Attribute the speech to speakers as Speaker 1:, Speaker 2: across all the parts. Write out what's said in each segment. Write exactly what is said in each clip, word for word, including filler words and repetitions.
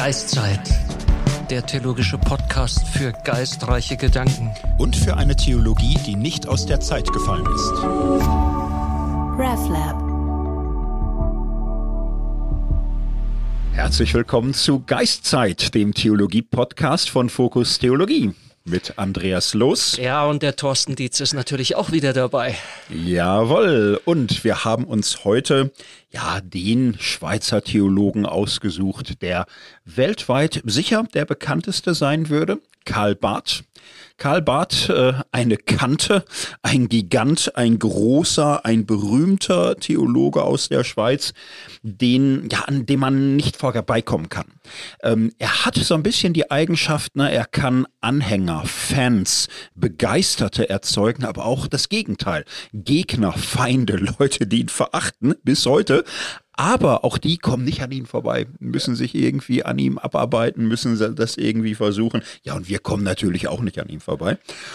Speaker 1: Geistzeit, der theologische Podcast für geistreiche Gedanken.
Speaker 2: Und für eine Theologie, die nicht aus der Zeit gefallen ist.
Speaker 3: RefLab.
Speaker 2: Herzlich willkommen zu Geistzeit, dem Theologie-Podcast von Fokus Theologie. Mit Andreas Loos.
Speaker 1: Ja, und der Thorsten Dietz ist natürlich auch wieder dabei.
Speaker 2: Jawohl. Und wir haben uns heute ja den Schweizer Theologen ausgesucht, der weltweit sicher der bekannteste sein würde. Karl Barth. Karl Barth, äh, eine Kante, ein Gigant, ein großer, ein berühmter Theologe aus der Schweiz, den, ja, an dem man nicht vorbeikommen kann. Ähm, er hat so ein bisschen die Eigenschaft, ne, er kann Anhänger, Fans, Begeisterte erzeugen, aber auch das Gegenteil. Gegner, Feinde, Leute, die ihn verachten, bis heute. Aber auch die kommen nicht an ihn vorbei, müssen sich irgendwie an ihm abarbeiten, müssen das irgendwie versuchen. Ja, und wir kommen natürlich auch nicht an ihm vorbei.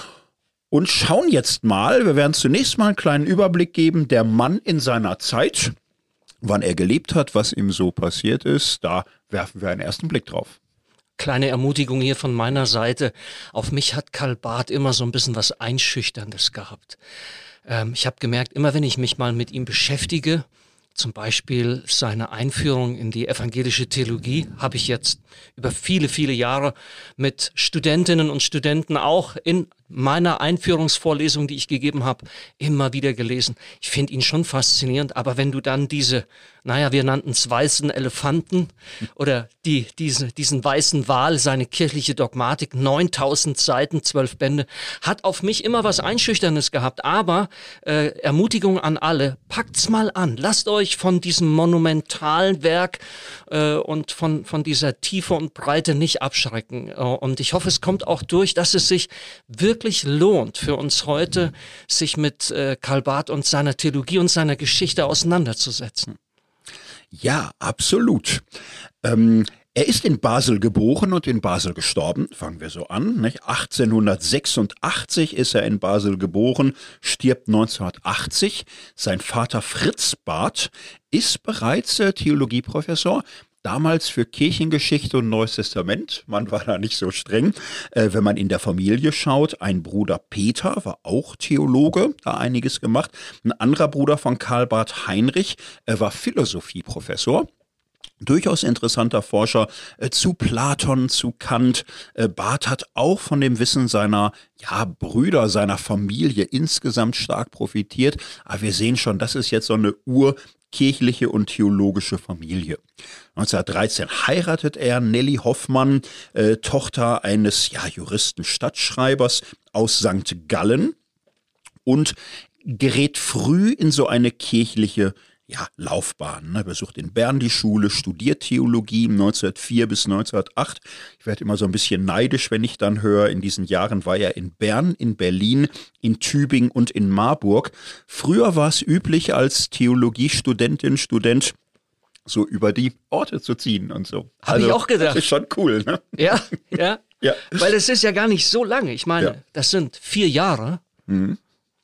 Speaker 2: Und schauen jetzt mal, wir werden zunächst mal einen kleinen Überblick geben, der Mann in seiner Zeit, wann er gelebt hat, was ihm so passiert ist, da werfen wir einen ersten Blick drauf.
Speaker 1: Kleine Ermutigung hier von meiner Seite. Auf mich hat Karl Barth immer so ein bisschen was Einschüchterndes gehabt. Ähm, ich habe gemerkt, immer wenn ich mich mal mit ihm beschäftige, zum Beispiel seine Einführung in die evangelische Theologie habe ich jetzt über viele, viele Jahre mit Studentinnen und Studenten auch in meiner Einführungsvorlesung, die ich gegeben habe, immer wieder gelesen. Ich finde ihn schon faszinierend, aber wenn du dann diese, naja, wir nannten es weißen Elefanten oder die, diese, diesen weißen Wal, seine kirchliche Dogmatik, neuntausend Seiten, zwölf Bände, hat auf mich immer was Einschüchterndes gehabt, aber äh, Ermutigung an alle, packt's mal an, lasst euch von diesem monumentalen Werk äh, und von, von dieser Tiefe und Breite nicht abschrecken. Äh, und ich hoffe, es kommt auch durch, dass es sich wirklich lohnt für uns heute, sich mit äh, Karl Barth und seiner Theologie und seiner Geschichte auseinanderzusetzen.
Speaker 2: Ja, absolut. Ähm, er ist in Basel geboren und in Basel gestorben. Fangen wir so an. Nicht? achtzehnhundertsechsundachtzig ist er in Basel geboren, stirbt neunzehnhundertachtzig. Sein Vater Fritz Barth ist bereits äh, Theologieprofessor. Damals für Kirchengeschichte und Neues Testament, man war da nicht so streng. Äh, wenn man in der Familie schaut, ein Bruder Peter war auch Theologe, da einiges gemacht. Ein anderer Bruder von Karl Barth, Heinrich, äh, war Philosophieprofessor. Durchaus interessanter Forscher äh, zu Platon, zu Kant. Äh, Barth hat auch von dem Wissen seiner ja, Brüder, seiner Familie insgesamt stark profitiert. Aber wir sehen schon, das ist jetzt so eine urkirchliche und theologische Familie. neunzehnhundertdreizehn heiratet er Nelly Hoffmann, äh, Tochter eines ja, Juristen, Stadtschreibers aus Sankt Gallen, und gerät früh in so eine kirchliche ja, Laufbahn. Ne? Besucht in Bern die Schule, studiert Theologie neunzehnhundertvier bis neunzehnhundertacht. Ich werde immer so ein bisschen neidisch, wenn ich dann höre, in diesen Jahren war er in Bern, in Berlin, in Tübingen und in Marburg. Früher war es üblich, als Theologiestudentin, Student so über die Orte zu ziehen und so.
Speaker 1: Habe also, ich auch gedacht.
Speaker 2: Das ist schon cool, ne?
Speaker 1: Ja, ja.
Speaker 2: Ja.
Speaker 1: Weil es ist ja gar nicht so lange. Ich meine, ja. Das sind vier Jahre.
Speaker 2: Mhm.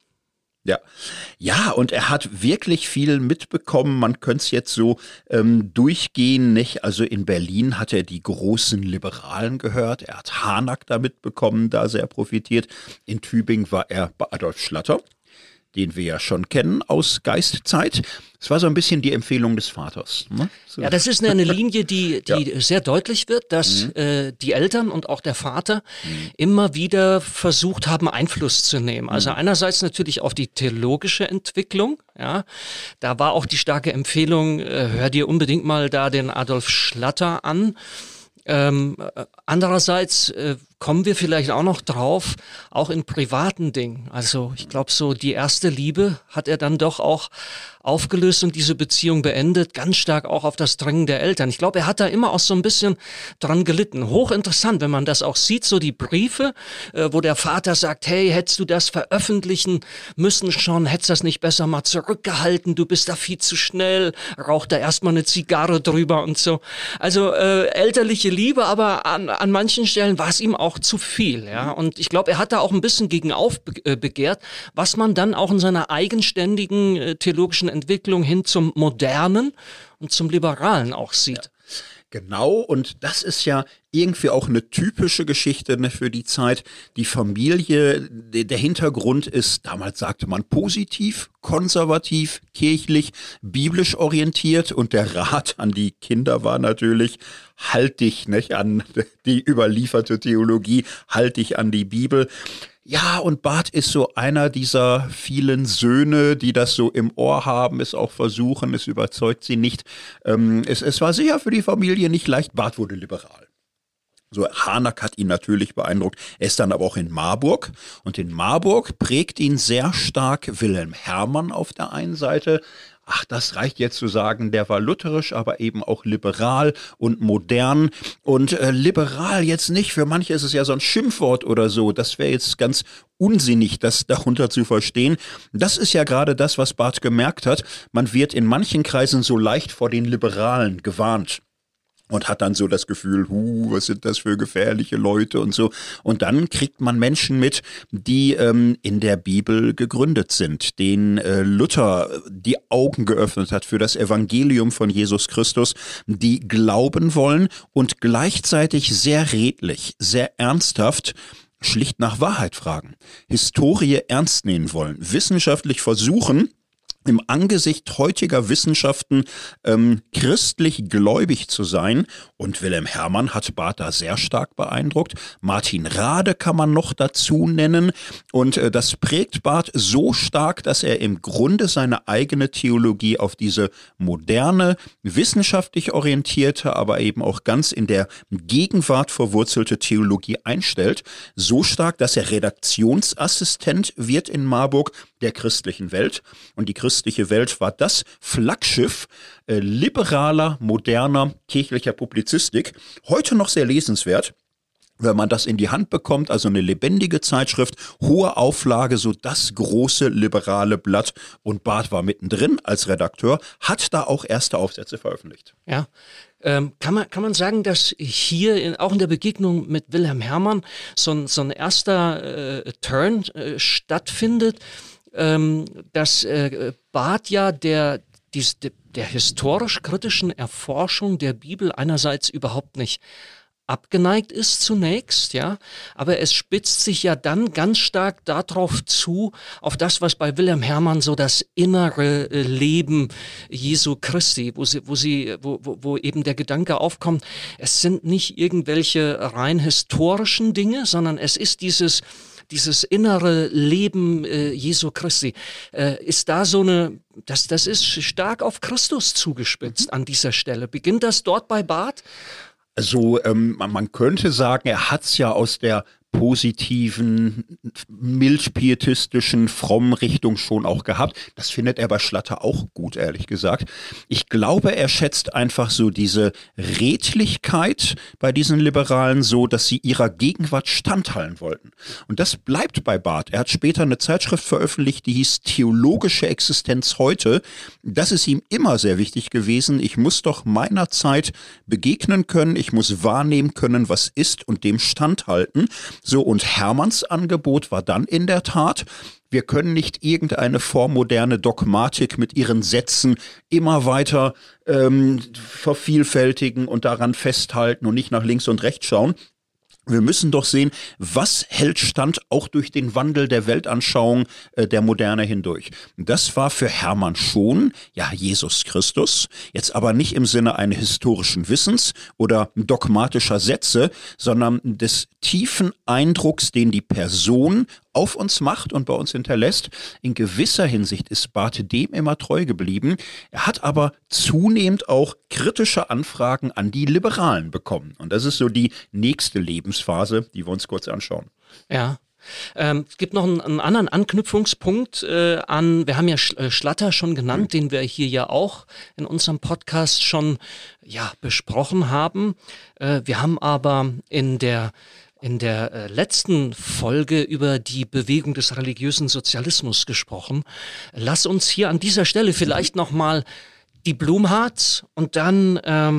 Speaker 2: Ja, ja, und er hat wirklich viel mitbekommen. Man könnte es jetzt so ähm, durchgehen, nicht? Also in Berlin hat er die großen Liberalen gehört. Er hat Harnack da mitbekommen, da sehr profitiert. In Tübingen war er bei Adolf Schlatter, den wir ja schon kennen aus Geistzeit. Es war so ein bisschen die Empfehlung des Vaters. Ne? So.
Speaker 1: Ja, das ist eine Linie, die, die
Speaker 2: ja.
Speaker 1: sehr deutlich wird, dass mhm. äh, die Eltern und auch der Vater mhm. immer wieder versucht haben, Einfluss zu nehmen. Also mhm. einerseits natürlich auf die theologische Entwicklung. Ja, da war auch die starke Empfehlung, äh, hör dir unbedingt mal da den Adolf Schlatter an. Ähm, andererseits äh, kommen wir vielleicht auch noch drauf, auch in privaten Dingen. Also ich glaube, so die erste Liebe hat er dann doch auch aufgelöst und diese Beziehung beendet, ganz stark auch auf das Drängen der Eltern. Ich glaube, er hat da immer auch so ein bisschen dran gelitten. Hochinteressant, wenn man das auch sieht, so die Briefe, äh, wo der Vater sagt, hey, hättest du das veröffentlichen müssen schon, hättest das nicht besser mal zurückgehalten, du bist da viel zu schnell, raucht da erstmal eine Zigarre drüber und so. Also äh, elterliche Liebe, aber an, an manchen Stellen war es ihm auch zu viel. Ja? Und ich glaube, er hat da auch ein bisschen gegen aufbegehrt, was man dann auch in seiner eigenständigen äh, theologischen Entwicklung hin zum Modernen und zum Liberalen auch sieht.
Speaker 2: Genau, und das ist ja irgendwie auch eine typische Geschichte, ne, für die Zeit. Die Familie, de- der Hintergrund ist, damals sagte man positiv, konservativ, kirchlich, biblisch orientiert, und der Rat an die Kinder war natürlich, halt dich nicht an die überlieferte Theologie, halt dich an die Bibel. Ja, und Barth ist so einer dieser vielen Söhne, die das so im Ohr haben, es auch versuchen, es überzeugt sie nicht. Ähm, es, es war sicher für die Familie nicht leicht. Barth wurde liberal. So, Harnack hat ihn natürlich beeindruckt. Er ist dann aber auch in Marburg. Und in Marburg prägt ihn sehr stark Wilhelm Hermann auf der einen Seite. Ach, das reicht jetzt zu sagen, der war lutherisch, aber eben auch liberal und modern. Und äh, liberal jetzt nicht, für manche ist es ja so ein Schimpfwort oder so. Das wäre jetzt ganz unsinnig, das darunter zu verstehen. Das ist ja gerade das, was Barth gemerkt hat. Man wird in manchen Kreisen so leicht vor den Liberalen gewarnt. Und hat dann so das Gefühl, hu, was sind das für gefährliche Leute und so. Und dann kriegt man Menschen mit, die ähm, in der Bibel gegründet sind, denen äh, Luther die Augen geöffnet hat für das Evangelium von Jesus Christus, die glauben wollen und gleichzeitig sehr redlich, sehr ernsthaft schlicht nach Wahrheit fragen, Historie ernst nehmen wollen, wissenschaftlich versuchen, im Angesicht heutiger Wissenschaften ähm, christlich gläubig zu sein. Und Wilhelm Hermann hat Barth da sehr stark beeindruckt. Martin Rade kann man noch dazu nennen. Und äh, das prägt Barth so stark, dass er im Grunde seine eigene Theologie auf diese moderne, wissenschaftlich orientierte, aber eben auch ganz in der Gegenwart verwurzelte Theologie einstellt. So stark, dass er Redaktionsassistent wird in Marburg der christlichen Welt. Und die christliche Welt war das Flaggschiff äh, liberaler, moderner, kirchlicher Publizistik. Heute noch sehr lesenswert, wenn man das in die Hand bekommt, also eine lebendige Zeitschrift, hohe Auflage, so das große liberale Blatt. Und Barth war mittendrin als Redakteur, hat da auch erste Aufsätze veröffentlicht.
Speaker 1: Ja. Ähm, kann man, kann man sagen, dass hier in, auch in der Begegnung mit Wilhelm Hermann so ein, so ein erster äh, Turn äh, stattfindet, ähm, dass äh, Barth ja der, dies, der, der historisch-kritischen Erforschung der Bibel einerseits überhaupt nicht abgeneigt ist zunächst, ja, aber es spitzt sich ja dann ganz stark darauf zu, auf das, was bei Wilhelm Hermann so das innere Leben Jesu Christi, wo sie, wo sie, wo, wo, wo eben der Gedanke aufkommt, es sind nicht irgendwelche rein historischen Dinge, sondern es ist dieses dieses innere Leben äh, Jesu Christi, äh, ist da so eine, das, das ist stark auf Christus zugespitzt an dieser Stelle. Beginnt das dort bei Barth?
Speaker 2: Also ähm, man könnte sagen, er hat's ja aus der positiven, milchpietistischen, frommen Richtung schon auch gehabt. Das findet er bei Schlatter auch gut, ehrlich gesagt. Ich glaube, er schätzt einfach so diese Redlichkeit bei diesen Liberalen so, dass sie ihrer Gegenwart standhalten wollten. Und das bleibt bei Barth. Er hat später eine Zeitschrift veröffentlicht, die hieß Theologische Existenz heute. Das ist ihm immer sehr wichtig gewesen. Ich muss doch meiner Zeit begegnen können. Ich muss wahrnehmen können, was ist, und dem standhalten. So, und Hermanns Angebot war dann in der Tat, wir können nicht irgendeine vormoderne Dogmatik mit ihren Sätzen immer weiter ähm, vervielfältigen und daran festhalten und nicht nach links und rechts schauen. Wir müssen doch sehen, was hält stand auch durch den Wandel der Weltanschauung äh, der Moderne hindurch. Das war für Hermann schon, ja, Jesus Christus, jetzt aber nicht im Sinne eines historischen Wissens oder dogmatischer Sätze, sondern des tiefen Eindrucks, den die Person auf uns macht und bei uns hinterlässt. In gewisser Hinsicht ist Barth dem immer treu geblieben. Er hat aber zunehmend auch kritische Anfragen an die Liberalen bekommen. Und das ist so die nächste Lebensphase, die wir uns kurz anschauen.
Speaker 1: Ja. Ähm, es gibt noch einen, einen anderen Anknüpfungspunkt äh, an, wir haben ja Sch- äh, Schlatter schon genannt, mhm. den wir hier ja auch in unserem Podcast schon ja, besprochen haben. Äh, wir haben aber in der in der äh, letzten Folge über die Bewegung des religiösen Sozialismus gesprochen. Lass uns hier an dieser Stelle vielleicht nochmal die Blumhardt und dann ähm,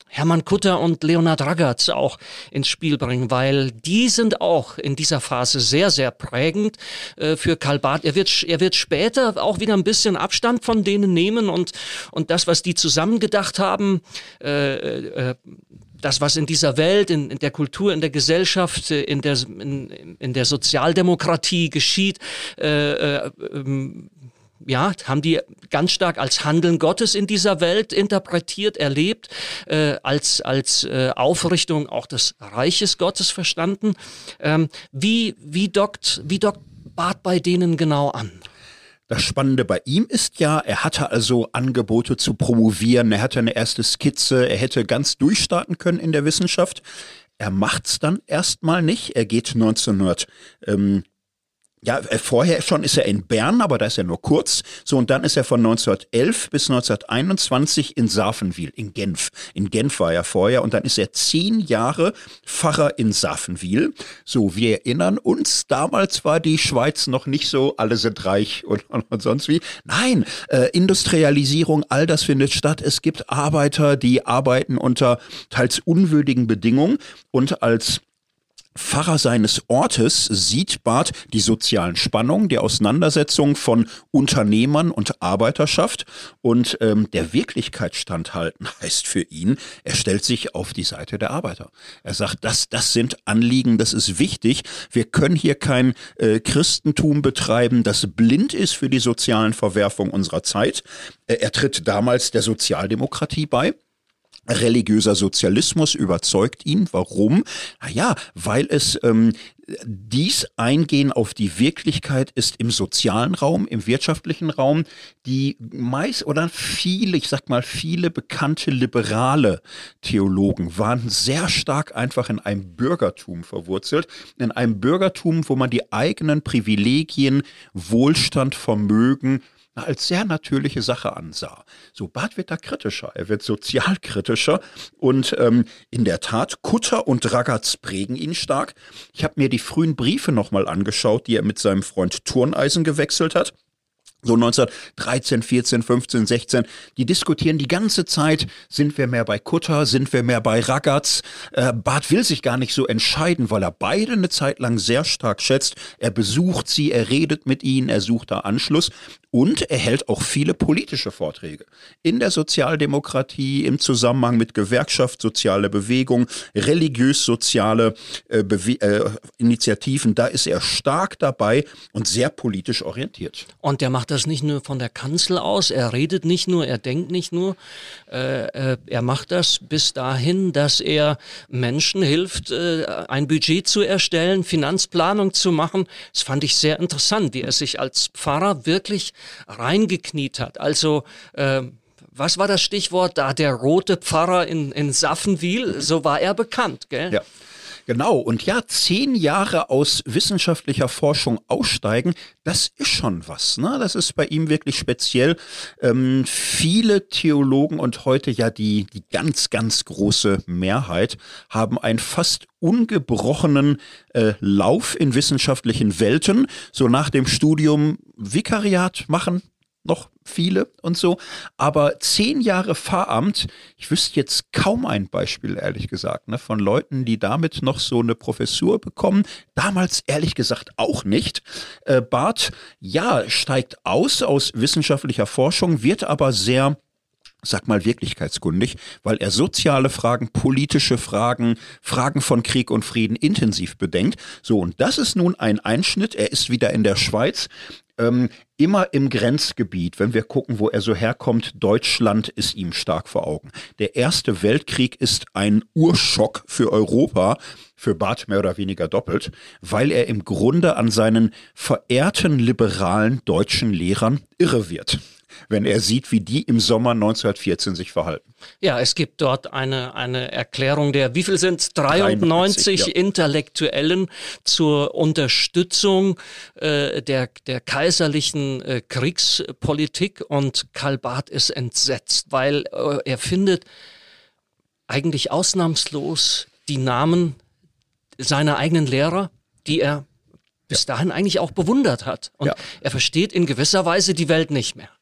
Speaker 1: Hermann Kutter und Leonhard Raggatz auch ins Spiel bringen, weil die sind auch in dieser Phase sehr, sehr prägend äh, für Karl Barth. Er wird, er wird später auch wieder ein bisschen Abstand von denen nehmen und, und das, was die zusammen gedacht haben, äh, äh, das, was in dieser Welt, in, in der Kultur, in der Gesellschaft, in der, in, in der Sozialdemokratie geschieht, äh, äh, ähm, ja, haben die ganz stark als Handeln Gottes in dieser Welt interpretiert, erlebt, äh, als als äh, Aufrichtung auch des Reiches Gottes verstanden. Ähm, wie wie dockt wie dockt Barth bei denen genau an?
Speaker 2: Das Spannende bei ihm ist ja, er hatte also Angebote zu promovieren, er hatte eine erste Skizze, er hätte ganz durchstarten können in der Wissenschaft. Er macht's dann erstmal nicht. Er geht neunzehnhundert ähm, Ja, vorher schon ist er in Bern, aber da ist er nur kurz. So, und dann ist er von neunzehnhundertelf bis neunzehnhunderteinundzwanzig in Safenwil, in Genf. In Genf war er vorher und dann ist er zehn Jahre Pfarrer in Safenwil. So, wir erinnern uns, damals war die Schweiz noch nicht so, alle sind reich und, und, und sonst wie. Nein, äh, Industrialisierung, all das findet statt. Es gibt Arbeiter, die arbeiten unter teils unwürdigen Bedingungen und als Pfarrer seines Ortes sieht Barth die sozialen Spannungen, die Auseinandersetzung von Unternehmern und Arbeiterschaft und ähm, der Wirklichkeit standhalten heißt für ihn, er stellt sich auf die Seite der Arbeiter. Er sagt, das, das sind Anliegen, das ist wichtig. Wir können hier kein äh, Christentum betreiben, das blind ist für die sozialen Verwerfungen unserer Zeit. Äh, er tritt damals der Sozialdemokratie bei. Religiöser Sozialismus überzeugt ihn. Warum? Naja, weil es ähm, dies Eingehen auf die Wirklichkeit ist im sozialen Raum, im wirtschaftlichen Raum, die meist oder viele, ich sag mal viele bekannte liberale Theologen waren sehr stark einfach in einem Bürgertum verwurzelt, in einem Bürgertum, wo man die eigenen Privilegien, Wohlstand, Vermögen als sehr natürliche Sache ansah. So, Barth wird da kritischer, er wird sozialkritischer und ähm, in der Tat, Kutter und Raggatz prägen ihn stark. Ich habe mir die frühen Briefe nochmal angeschaut, die er mit seinem Freund Turneisen gewechselt hat. So neunzehnhundertdreizehn, vierzehn, fünfzehn, sechzehn, die diskutieren die ganze Zeit, sind wir mehr bei Kutter, sind wir mehr bei Raggatz. Äh, Barth will sich gar nicht so entscheiden, weil er beide eine Zeit lang sehr stark schätzt. Er besucht sie, er redet mit ihnen, er sucht da Anschluss und er hält auch viele politische Vorträge. In der Sozialdemokratie, im Zusammenhang mit Gewerkschaft, soziale Bewegung, religiös-soziale äh, Bewe- äh, Initiativen, da ist er stark dabei und sehr politisch orientiert.
Speaker 1: Und der macht das nicht nur von der Kanzel aus, er redet nicht nur, er denkt nicht nur, äh, äh, er macht das bis dahin, dass er Menschen hilft, äh, ein Budget zu erstellen, Finanzplanung zu machen. Das fand ich sehr interessant, wie er sich als Pfarrer wirklich reingekniet hat. Also äh, was war das Stichwort da? Der rote Pfarrer in, in Safenwil, so war er bekannt, gell?
Speaker 2: Ja. Genau, und ja, zehn Jahre aus wissenschaftlicher Forschung aussteigen, das ist schon was, ne? Das ist bei ihm wirklich speziell. Ähm, viele Theologen und heute ja die, die ganz, ganz große Mehrheit haben einen fast ungebrochenen äh, Lauf in wissenschaftlichen Welten, so nach dem Studium Vikariat machen, noch viele und so, aber zehn Jahre Pfarramt, ich wüsste jetzt kaum ein Beispiel, ehrlich gesagt, ne, von Leuten, die damit noch so eine Professur bekommen. Damals, ehrlich gesagt, auch nicht. Äh, Barth, ja, steigt aus aus wissenschaftlicher Forschung, wird aber sehr, sag mal, wirklichkeitskundig, weil er soziale Fragen, politische Fragen, Fragen von Krieg und Frieden intensiv bedenkt. So, und das ist nun ein Einschnitt. Er ist wieder in der Schweiz. Ähm, immer im Grenzgebiet, wenn wir gucken, wo er so herkommt, Deutschland ist ihm stark vor Augen. Der Erste Weltkrieg ist ein Urschock für Europa, für Barth mehr oder weniger doppelt, weil er im Grunde an seinen verehrten liberalen deutschen Lehrern irre wird, wenn er sieht, wie die im Sommer neunzehnhundertvierzehn sich verhalten.
Speaker 1: Ja, es gibt dort eine, eine Erklärung der, wie viel sind es, dreiundneunzig ja. Intellektuellen zur Unterstützung äh, der, der kaiserlichen äh, Kriegspolitik, und Karl Barth ist entsetzt, weil äh, er findet eigentlich ausnahmslos die Namen seiner eigenen Lehrer, die er bis dahin eigentlich auch bewundert hat. Und
Speaker 2: ja.
Speaker 1: er versteht in gewisser Weise die Welt nicht mehr.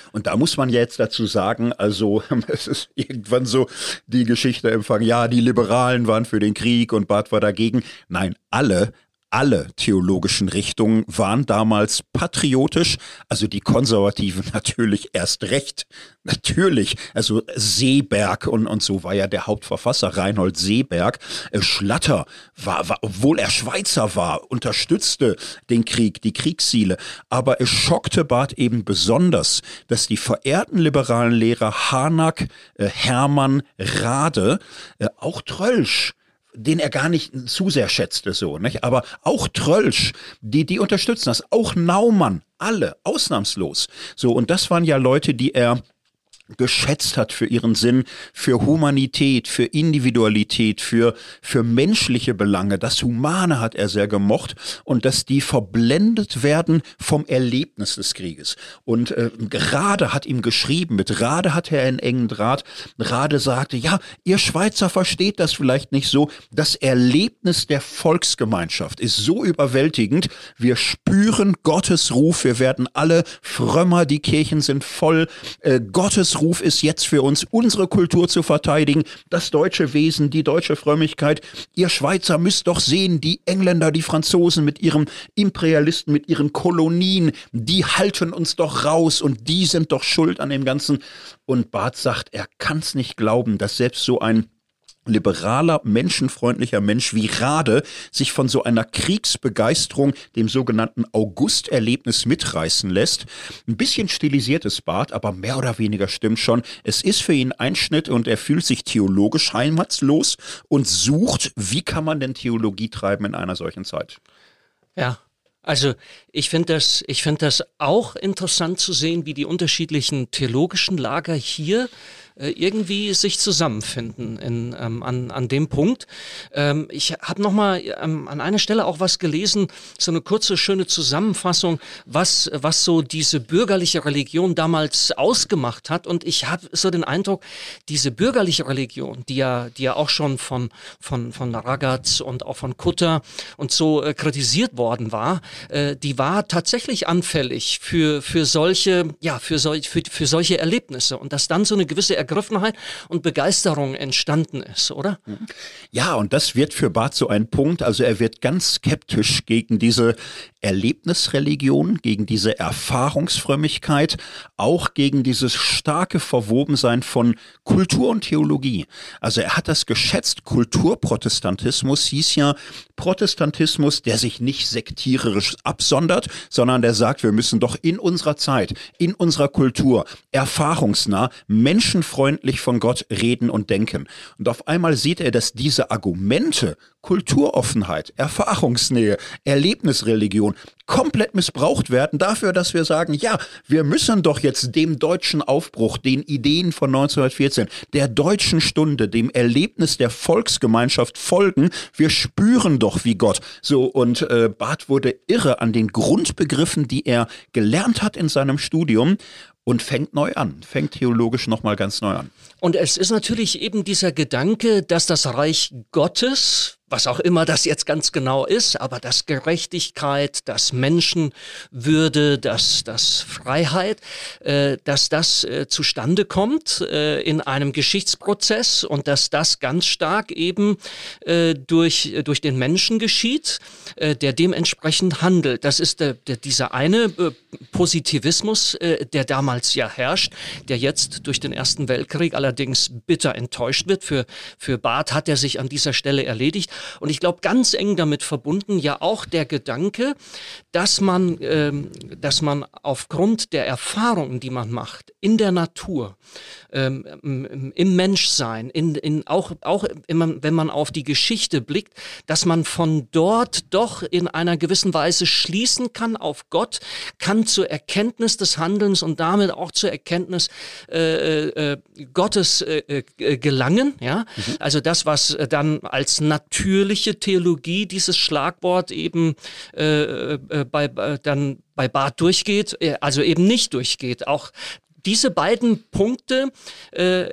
Speaker 2: Und da muss man ja jetzt dazu sagen, also es ist irgendwann so die Geschichte empfangen, ja, die Liberalen waren für den Krieg und Barth war dagegen. Nein, alle Alle theologischen Richtungen waren damals patriotisch, also die Konservativen natürlich erst recht, natürlich, also Seeberg und, und so war ja der Hauptverfasser, Reinhold Seeberg. Äh, Schlatter, war, war, obwohl er Schweizer war, unterstützte den Krieg, die Kriegsziele, aber es schockte Barth eben besonders, dass die verehrten liberalen Lehrer Harnack, äh, Hermann, Rade, äh, auch Trölsch, den er gar nicht zu sehr schätzte, so, nicht? Aber auch Trölsch, die, die unterstützen das, auch Naumann, alle, ausnahmslos. So, und das waren ja Leute, die er geschätzt hat für ihren Sinn, für Humanität, für Individualität, für, für menschliche Belange. Das Humane hat er sehr gemocht und dass die verblendet werden vom Erlebnis des Krieges. Und äh, Rade hat ihm geschrieben, mit Rade hatte er einen engen Draht. Rade sagte, ja, ihr Schweizer versteht das vielleicht nicht so. Das Erlebnis der Volksgemeinschaft ist so überwältigend. Wir spüren Gottes Ruf, wir werden alle frömmer, die Kirchen sind voll. Äh, Gottes Ruf ist jetzt für uns, unsere Kultur zu verteidigen, das deutsche Wesen, die deutsche Frömmigkeit. Ihr Schweizer müsst doch sehen, die Engländer, die Franzosen mit ihren Imperialisten, mit ihren Kolonien, die halten uns doch raus und die sind doch schuld an dem Ganzen. Und Barth sagt, er kann es nicht glauben, dass selbst so ein liberaler, menschenfreundlicher Mensch wie Rade sich von so einer Kriegsbegeisterung, dem sogenannten August-Erlebnis mitreißen lässt. Ein bisschen stilisiertes Barth, aber mehr oder weniger stimmt schon. Es ist für ihn Einschnitt und er fühlt sich theologisch heimatslos und sucht, wie kann man denn Theologie treiben in einer solchen Zeit?
Speaker 1: Ja. Also ich finde das, ich finde das auch interessant zu sehen, wie die unterschiedlichen theologischen Lager hier äh, irgendwie sich zusammenfinden in, ähm, an, an dem Punkt. Ähm, ich habe nochmal ähm, an einer Stelle auch was gelesen, so eine kurze, schöne Zusammenfassung, was, was so diese bürgerliche Religion damals ausgemacht hat. Und ich habe so den Eindruck, diese bürgerliche Religion, die ja, die ja auch schon von, von, von Ragaz und auch von Kutter und so äh, kritisiert worden war, die war tatsächlich anfällig für, für solche, ja, für, solch, für, für solche Erlebnisse und dass dann so eine gewisse Ergriffenheit und Begeisterung entstanden ist, oder?
Speaker 2: Ja, und das wird für Barth so ein Punkt, also er wird ganz skeptisch gegen diese Erlebnisreligion, gegen diese Erfahrungsfrömmigkeit, auch gegen dieses starke Verwobensein von Kultur und Theologie. Also er hat das geschätzt, Kulturprotestantismus hieß ja Protestantismus, der sich nicht sektiererisch absondert, sondern der sagt, wir müssen doch in unserer Zeit, in unserer Kultur, erfahrungsnah, menschenfreundlich von Gott reden und denken. Und auf einmal sieht er, dass diese Argumente, Kulturoffenheit, Erfahrungsnähe, Erlebnisreligion komplett missbraucht werden dafür, dass wir sagen, ja, wir müssen doch jetzt dem deutschen Aufbruch, den Ideen von neunzehnhundertvierzehn, der deutschen Stunde, dem Erlebnis der Volksgemeinschaft folgen. Wir spüren doch wie Gott. So, und äh, Barth wurde irre an den Grundbegriffen, die er gelernt hat in seinem Studium und fängt neu an, fängt theologisch nochmal ganz neu an.
Speaker 1: Und es ist natürlich eben dieser Gedanke, dass das Reich Gottes, was auch immer das jetzt ganz genau ist, aber dass Gerechtigkeit, dass Menschenwürde, dass, dass Freiheit, äh, dass das äh, zustande kommt äh, in einem Geschichtsprozess und dass das ganz stark eben äh, durch, durch den Menschen geschieht, äh, der dementsprechend handelt. Das ist der, der, dieser eine äh, Positivismus, äh, der damals ja herrscht, der jetzt durch den Ersten Weltkrieg allerdings bitter enttäuscht wird. Für, für Barth hat er sich an dieser Stelle erledigt. Und ich glaube, ganz eng damit verbunden ja auch der Gedanke, dass man, ähm, dass man aufgrund der Erfahrungen, die man macht, in der Natur, ähm, im, im Menschsein, in, in auch, auch immer, wenn man auf die Geschichte blickt, dass man von dort doch in einer gewissen Weise schließen kann auf Gott, kann zur Erkenntnis des Handelns und damit auch zur Erkenntnis äh, äh, Gottes äh, äh, gelangen. Ja? Mhm. Also das, was dann als natürliche Theologie, dieses Schlagwort eben äh, äh, bei, äh, dann bei Barth durchgeht, äh, also eben nicht durchgeht. Auch diese beiden Punkte äh,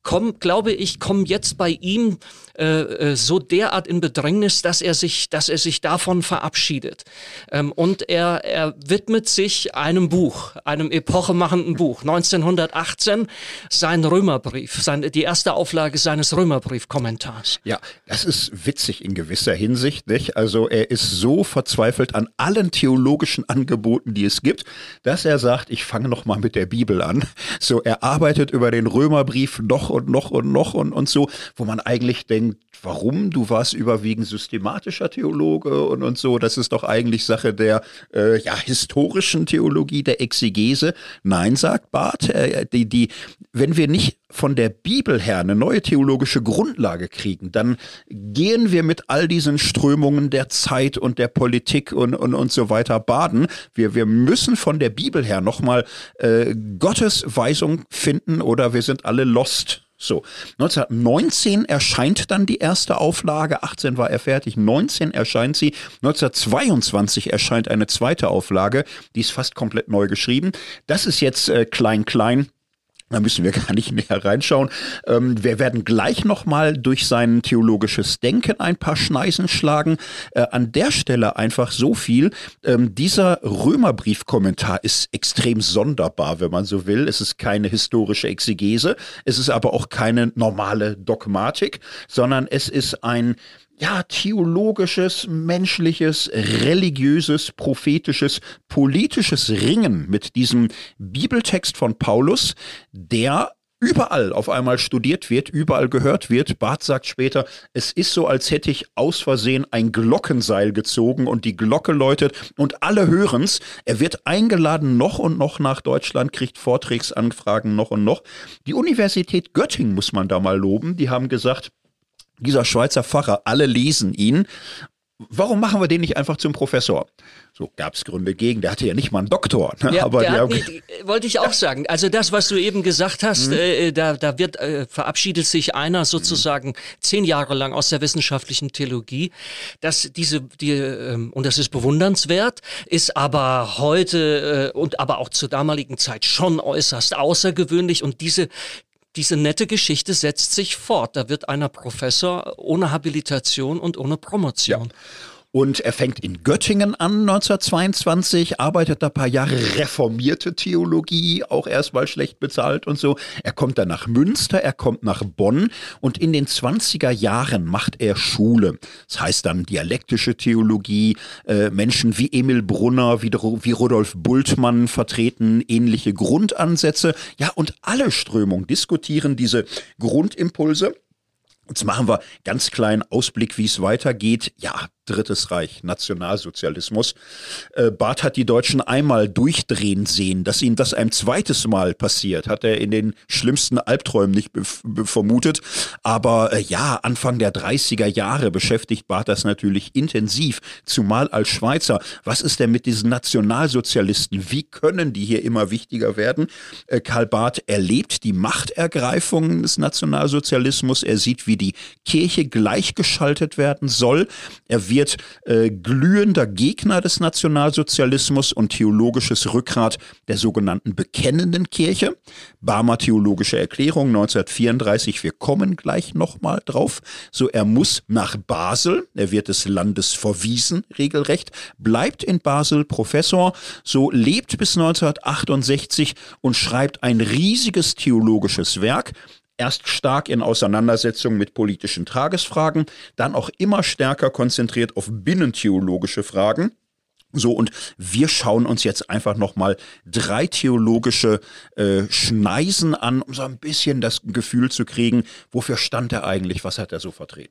Speaker 1: kommen, glaube ich, kommen jetzt bei ihm äh, so derart in Bedrängnis, dass er sich, dass er sich davon verabschiedet. Ähm, und er, er widmet sich einem Buch, einem epochemachenden Buch. neunzehnhundertachtzehn sein Römerbrief, sein, die erste Auflage seines Römerbrief-Kommentars.
Speaker 2: Ja, das ist witzig in gewisser Hinsicht, nicht? Also er ist so verzweifelt an allen theologischen Angeboten, die es gibt, dass er sagt, ich fange noch mal mit der Bibel an. So, er arbeitet über den Römerbrief noch und noch und noch und, und so, wo man eigentlich denkt, warum? Du warst überwiegend systematischer Theologe und, und so. Das ist doch eigentlich Sache der äh, ja, historischen Theologie, der Exegese. Nein, sagt Barth, äh, die, die, wenn wir nicht von der Bibel her eine neue theologische Grundlage kriegen, dann gehen wir mit all diesen Strömungen der Zeit und der Politik und, und, und so weiter baden. Wir, wir müssen von der Bibel her nochmal äh, Gottes Weisung finden oder wir sind alle lost. So, neunzehnhundertneunzehn erscheint dann die erste Auflage, achtzehn war er fertig, neunzehn erscheint sie, neunzehnhundertzweiundzwanzig erscheint eine zweite Auflage, die ist fast komplett neu geschrieben. Das ist jetzt äh, klein, klein. Da müssen wir gar nicht näher reinschauen. Ähm, wir werden gleich nochmal durch sein theologisches Denken ein paar Schneisen schlagen. Äh, an der Stelle einfach so viel. Ähm, dieser Römerbrief-Kommentar ist extrem sonderbar, wenn man so will. Es ist keine historische Exegese. Es ist aber auch keine normale Dogmatik, sondern es ist ein ja, theologisches, menschliches, religiöses, prophetisches, politisches Ringen mit diesem Bibeltext von Paulus, der überall auf einmal studiert wird, überall gehört wird. Barth sagt später, es ist so, als hätte ich aus Versehen ein Glockenseil gezogen und die Glocke läutet und alle hören's. Er wird eingeladen noch und noch nach Deutschland, kriegt Vorträgsanfragen noch und noch. Die Universität Göttingen muss man da mal loben. Die haben gesagt, dieser Schweizer Pfarrer, alle lesen ihn. Warum machen wir den nicht einfach zum Professor? So gab es Gründe gegen. Der hatte ja nicht mal einen Doktor. Ne?
Speaker 1: Ja,
Speaker 2: aber
Speaker 1: der
Speaker 2: die
Speaker 1: hat nicht, wollte ich auch sagen. Also das, was du eben gesagt hast, mhm. äh, da, da wird äh, verabschiedet sich einer sozusagen mhm. zehn Jahre lang aus der wissenschaftlichen Theologie. Dass diese, die, ähm, und das ist bewundernswert, ist aber heute äh, und aber auch zur damaligen Zeit schon äußerst außergewöhnlich. Und diese Diese nette Geschichte setzt sich fort. Da wird einer Professor ohne Habilitation und ohne Promotion.
Speaker 2: Ja. Und er fängt in Göttingen an, neunzehnhundertzweiundzwanzig, arbeitet da ein paar Jahre reformierte Theologie, auch erstmal schlecht bezahlt und so. Er kommt dann nach Münster, er kommt nach Bonn und in den zwanziger Jahren macht er Schule. Das heißt dann dialektische Theologie, äh, Menschen wie Emil Brunner, wie, wie Rudolf Bultmann vertreten ähnliche Grundansätze. Ja, und alle Strömungen diskutieren diese Grundimpulse. Jetzt machen wir ganz kleinen Ausblick, wie es weitergeht. Ja, Drittes Reich, Nationalsozialismus. Äh, Barth hat die Deutschen einmal durchdrehen sehen. Dass ihm das ein zweites Mal passiert, hat er in den schlimmsten Albträumen nicht vermutet. Aber äh, ja, Anfang der dreißiger Jahre beschäftigt Barth das natürlich intensiv, zumal als Schweizer. Was ist denn mit diesen Nationalsozialisten? Wie können die hier immer wichtiger werden? Äh, Karl Barth erlebt die Machtergreifung des Nationalsozialismus. Er sieht, wie die Kirche gleichgeschaltet werden soll. Er wird äh, glühender Gegner des Nationalsozialismus und theologisches Rückgrat der sogenannten Bekennenden Kirche. Barmer Theologische Erklärung neunzehnhundertvierunddreißig, wir kommen gleich nochmal drauf. So, er muss nach Basel, er wird des Landes verwiesen, regelrecht, bleibt in Basel Professor, so lebt bis neunzehnhundertachtundsechzig und schreibt ein riesiges theologisches Werk. Erst stark in Auseinandersetzung mit politischen Tagesfragen, dann auch immer stärker konzentriert auf binnentheologische Fragen. So, und wir schauen uns jetzt einfach nochmal drei theologische äh, Schneisen an, um so ein bisschen das Gefühl zu kriegen, wofür stand er eigentlich, was hat er so vertreten?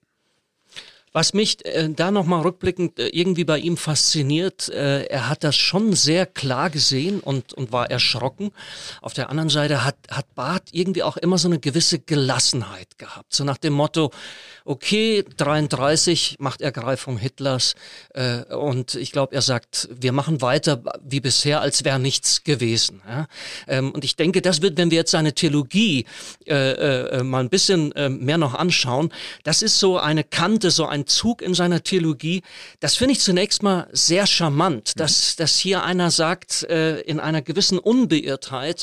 Speaker 1: Was mich äh, da nochmal rückblickend äh, irgendwie bei ihm fasziniert, äh, er hat das schon sehr klar gesehen und, und war erschrocken. Auf der anderen Seite hat, hat Barth irgendwie auch immer so eine gewisse Gelassenheit gehabt. So nach dem Motto, okay, dreiunddreißig macht Ergreifung Hitlers äh, und ich glaube, er sagt, wir machen weiter wie bisher, als wäre nichts gewesen. Ja? Ähm, und ich denke, das wird, wenn wir jetzt seine Theologie äh, äh, mal ein bisschen äh, mehr noch anschauen, das ist so eine Kante, so ein ein Zug in seiner Theologie, das finde ich zunächst mal sehr charmant, dass, dass hier einer sagt, äh, in einer gewissen Unbeirrtheit,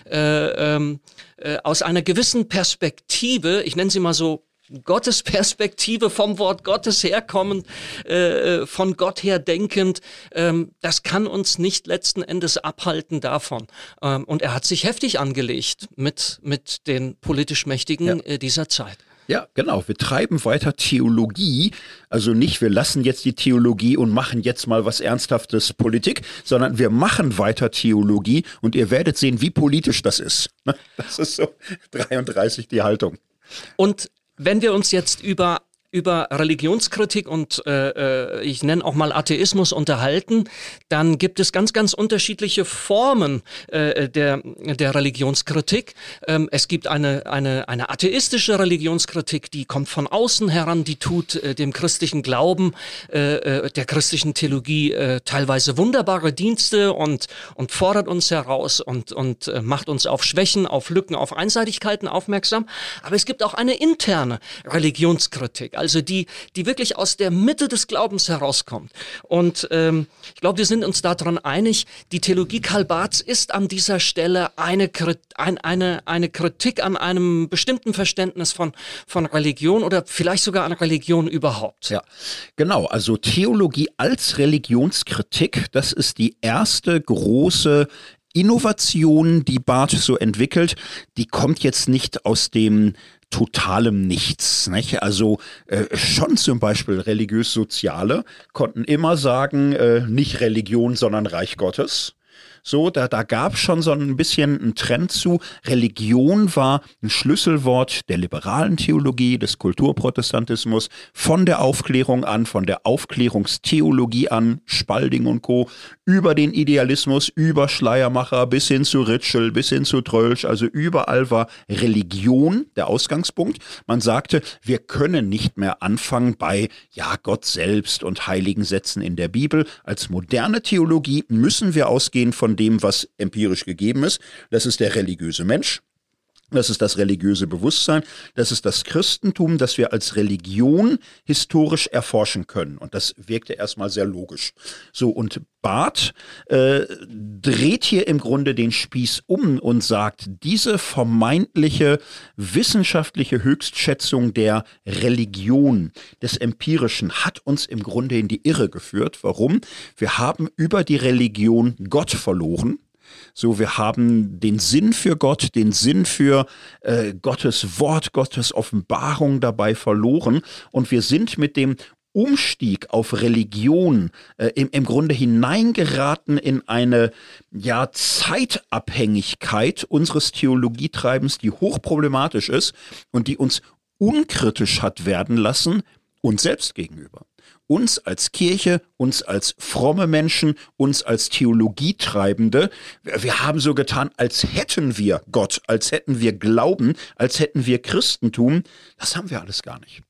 Speaker 1: äh, ähm, äh, aus einer gewissen Perspektive, ich nenne sie mal so Gottes Perspektive, vom Wort Gottes herkommend, äh, von Gott her denkend, ähm, das kann uns nicht letzten Endes abhalten davon. Ähm, und er hat sich heftig angelegt mit, mit den politisch Mächtigen ja. äh, dieser Zeit.
Speaker 2: Ja, genau. Wir treiben weiter Theologie. Also nicht, wir lassen jetzt die Theologie und machen jetzt mal was Ernsthaftes Politik, sondern wir machen weiter Theologie und ihr werdet sehen, wie politisch das ist. Das ist so dreiunddreißig die Haltung.
Speaker 1: Und wenn wir uns jetzt über über Religionskritik und äh, ich nenne auch mal Atheismus unterhalten, dann gibt es ganz, ganz unterschiedliche Formen äh, der, der Religionskritik. Ähm, es gibt eine, eine, eine atheistische Religionskritik, die kommt von außen heran, die tut äh, dem christlichen Glauben, äh, der christlichen Theologie äh, teilweise wunderbare Dienste und, und fordert uns heraus und, und äh, macht uns auf Schwächen, auf Lücken, auf Einseitigkeiten aufmerksam. Aber es gibt auch eine interne Religionskritik, also die, die wirklich aus der Mitte des Glaubens herauskommt. Und ähm, ich glaube, wir sind uns daran einig, die Theologie Karl Barths ist an dieser Stelle eine, ein, eine, eine Kritik an einem bestimmten Verständnis von, von Religion oder vielleicht sogar an Religion überhaupt.
Speaker 2: Ja, genau. Also Theologie als Religionskritik, das ist die erste große Innovation, die Barth so entwickelt. Die kommt jetzt nicht aus dem totalem Nichts. Nicht? Also äh, schon zum Beispiel religiös-Soziale konnten immer sagen, äh, nicht Religion, sondern Reich Gottes. So, da, da gab es schon so ein bisschen einen Trend zu. Religion war ein Schlüsselwort der liberalen Theologie, des Kulturprotestantismus, von der Aufklärung an, von der Aufklärungstheologie an, Spalding und Co., über den Idealismus, über Schleiermacher bis hin zu Ritschl, bis hin zu Trölsch. Also überall war Religion der Ausgangspunkt. Man sagte, wir können nicht mehr anfangen bei, ja, Gott selbst und heiligen Sätzen in der Bibel. Als moderne Theologie müssen wir ausgehen von dem, was empirisch gegeben ist. Das ist der religiöse Mensch. Das ist das religiöse Bewusstsein, das ist das Christentum, das wir als Religion historisch erforschen können. Und das wirkte erstmal sehr logisch. So, und Barth äh, dreht hier im Grunde den Spieß um und sagt, diese vermeintliche wissenschaftliche Höchstschätzung der Religion, des Empirischen, hat uns im Grunde in die Irre geführt. Warum? Wir haben über die Religion Gott verloren. So, wir haben den Sinn für Gott, den Sinn für äh, Gottes Wort, Gottes Offenbarung dabei verloren. Und wir sind mit dem Umstieg auf Religion äh, im, im Grunde hineingeraten in eine ja, Zeitabhängigkeit unseres Theologietreibens, die hochproblematisch ist und die uns unkritisch hat werden lassen, uns selbst gegenüber. Uns als Kirche, uns als fromme Menschen, uns als Theologietreibende. Wir haben so getan, als hätten wir Gott, als hätten wir Glauben, als hätten wir Christentum. Das haben wir alles gar nicht.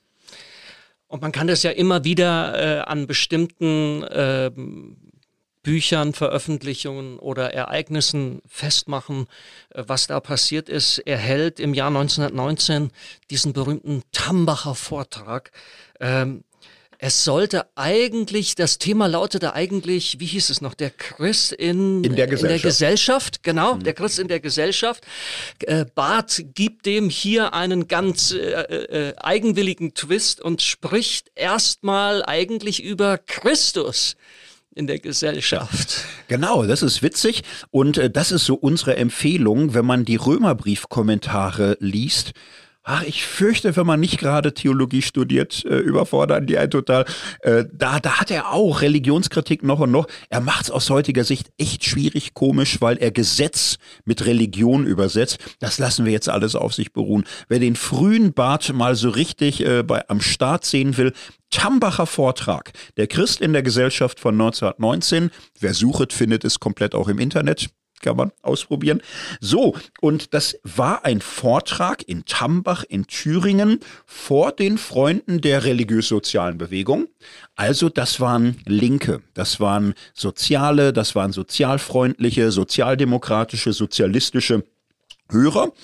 Speaker 1: Und man kann das ja immer wieder äh, an bestimmten äh, Büchern, Veröffentlichungen oder Ereignissen festmachen, äh, was da passiert ist. Er hält im Jahr neunzehnhundertneunzehn diesen berühmten Tambacher Vortrag. Ähm, Es sollte eigentlich, das Thema lautete eigentlich, wie hieß es noch, der Christ in,
Speaker 2: in, der, Gesellschaft.
Speaker 1: in der Gesellschaft, genau, mhm. der Christ in der Gesellschaft. Äh, Barth gibt dem hier einen ganz äh, äh, eigenwilligen Twist und spricht erstmal eigentlich über Christus in der Gesellschaft.
Speaker 2: Genau, das ist witzig und äh, das ist so unsere Empfehlung, wenn man die Römerbrief-Kommentare liest. Ach, ich fürchte, wenn man nicht gerade Theologie studiert, äh, überfordern die einen total. Äh, da, da hat er auch Religionskritik noch und noch. Er macht es aus heutiger Sicht echt schwierig, komisch, weil er Gesetz mit Religion übersetzt. Das lassen wir jetzt alles auf sich beruhen. Wer den frühen Barth mal so richtig äh, bei, am Start sehen will, Tambacher Vortrag, der Christ in der Gesellschaft von neunzehnhundertneunzehn. Wer sucht, findet es komplett auch im Internet. Kann man ausprobieren. So, und das war ein Vortrag in Tambach in Thüringen vor den Freunden der religiös-sozialen Bewegung. Also das waren Linke, das waren Soziale, das waren sozialfreundliche, sozialdemokratische, sozialistische Hörer.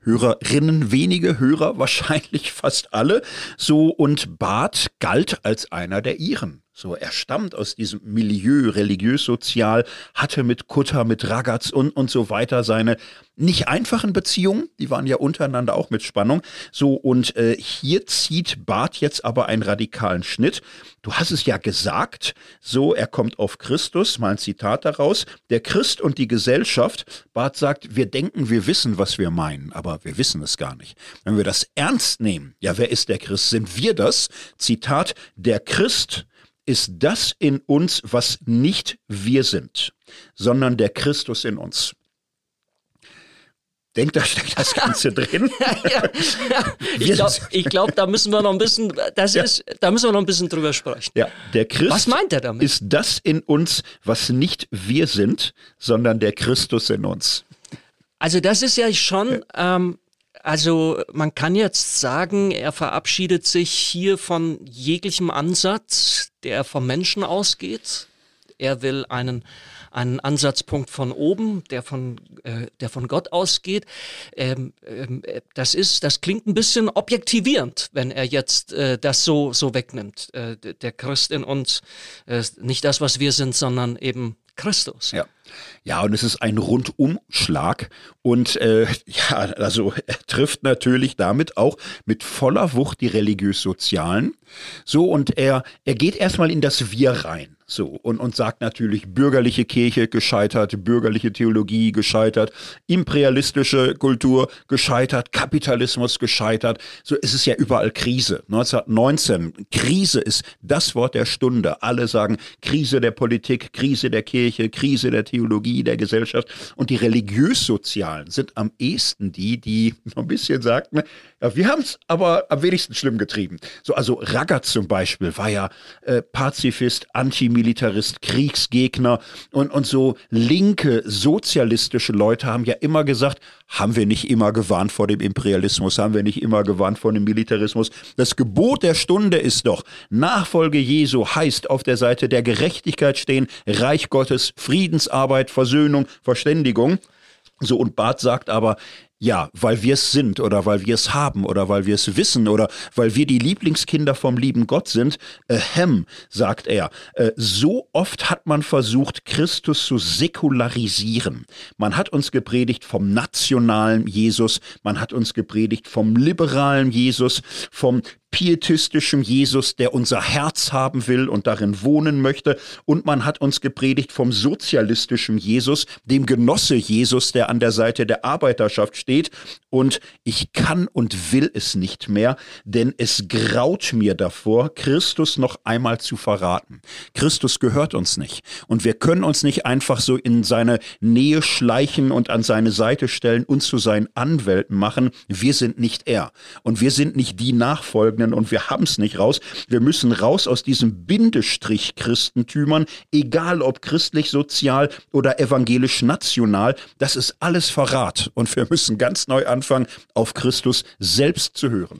Speaker 2: Hörerinnen wenige, Hörer wahrscheinlich fast alle. So, und Barth galt als einer der ihren. So, er stammt aus diesem Milieu, religiös-sozial, hatte mit Kutter, mit Ragaz und, und so weiter seine nicht einfachen Beziehungen, die waren ja untereinander auch mit Spannung. So, und äh, hier zieht Barth jetzt aber einen radikalen Schnitt. Du hast es ja gesagt, so, er kommt auf Christus, mal ein Zitat daraus. Der Christ und die Gesellschaft, Barth sagt, wir denken, wir wissen, was wir meinen, aber wir wissen es gar nicht. Wenn wir das ernst nehmen, ja, wer ist der Christ? Sind wir das? Zitat, der Christ ist das in uns, was nicht wir sind, sondern der Christus in uns. Denkt, da steckt das Ganze drin.
Speaker 1: ja, ja. Ich glaube, glaub, da müssen wir noch ein bisschen, das ja. ist, da müssen wir noch ein bisschen drüber sprechen.
Speaker 2: Ja, der Christ
Speaker 1: was meint er damit?
Speaker 2: Ist das in uns, was nicht wir sind, sondern der Christus in uns.
Speaker 1: Also das ist ja schon, ähm, also man kann jetzt sagen, er verabschiedet sich hier von jeglichem Ansatz, der vom Menschen ausgeht. Er will einen einen Ansatzpunkt von oben, der von, äh, der von Gott ausgeht. Ähm, ähm, das ist, das klingt ein bisschen objektivierend, wenn er jetzt äh, das so, so wegnimmt. Äh, der Christ in uns, äh, nicht das, was wir sind, sondern eben Christus.
Speaker 2: Ja. Ja, und es ist ein Rundumschlag und äh, ja, also er trifft natürlich damit auch mit voller Wucht die religiös-sozialen. So, und er, er geht erstmal in das Wir rein. So, und, und sagt natürlich, bürgerliche Kirche gescheitert, bürgerliche Theologie gescheitert, imperialistische Kultur gescheitert, Kapitalismus gescheitert. So, es ist ja überall Krise. neunzehnhundertneunzehn, Krise ist das Wort der Stunde. Alle sagen Krise der Politik, Krise der Kirche, Krise der Theologie, der Gesellschaft. Und die religiös-sozialen sind am ehesten die, die noch ein bisschen sagten, ja, wir haben es aber am wenigsten schlimm getrieben. So, also Ragaz zum Beispiel war ja äh, Pazifist, Antimilitarist, Kriegsgegner und, und so linke, sozialistische Leute haben ja immer gesagt, haben wir nicht immer gewarnt vor dem Imperialismus, haben wir nicht immer gewarnt vor dem Militarismus. Das Gebot der Stunde ist doch, Nachfolge Jesu heißt auf der Seite der Gerechtigkeit stehen, Reich Gottes, Friedensarbeit, Versöhnung, Verständigung. So, und Barth sagt aber, ja, weil wir es sind oder weil wir es haben oder weil wir es wissen oder weil wir die Lieblingskinder vom lieben Gott sind, ahem, sagt er, äh, so oft hat man versucht, Christus zu säkularisieren. Man hat uns gepredigt vom nationalen Jesus, man hat uns gepredigt vom liberalen Jesus, vom pietistischen Jesus, der unser Herz haben will und darin wohnen möchte. Und man hat uns gepredigt vom sozialistischen Jesus, dem Genosse Jesus, der an der Seite der Arbeiterschaft steht. Und ich kann und will es nicht mehr, denn es graut mir davor, Christus noch einmal zu verraten. Christus gehört uns nicht. Und wir können uns nicht einfach so in seine Nähe schleichen und an seine Seite stellen und zu seinen Anwälten machen. Wir sind nicht er. Und wir sind nicht die Nachfolgenden und wir haben es nicht raus. Wir müssen raus aus diesem Bindestrich-Christentümern, egal ob christlich, sozial oder evangelisch-national. Das ist alles Verrat. Und wir müssen ganz neu anfangen, auf Christus selbst zu hören.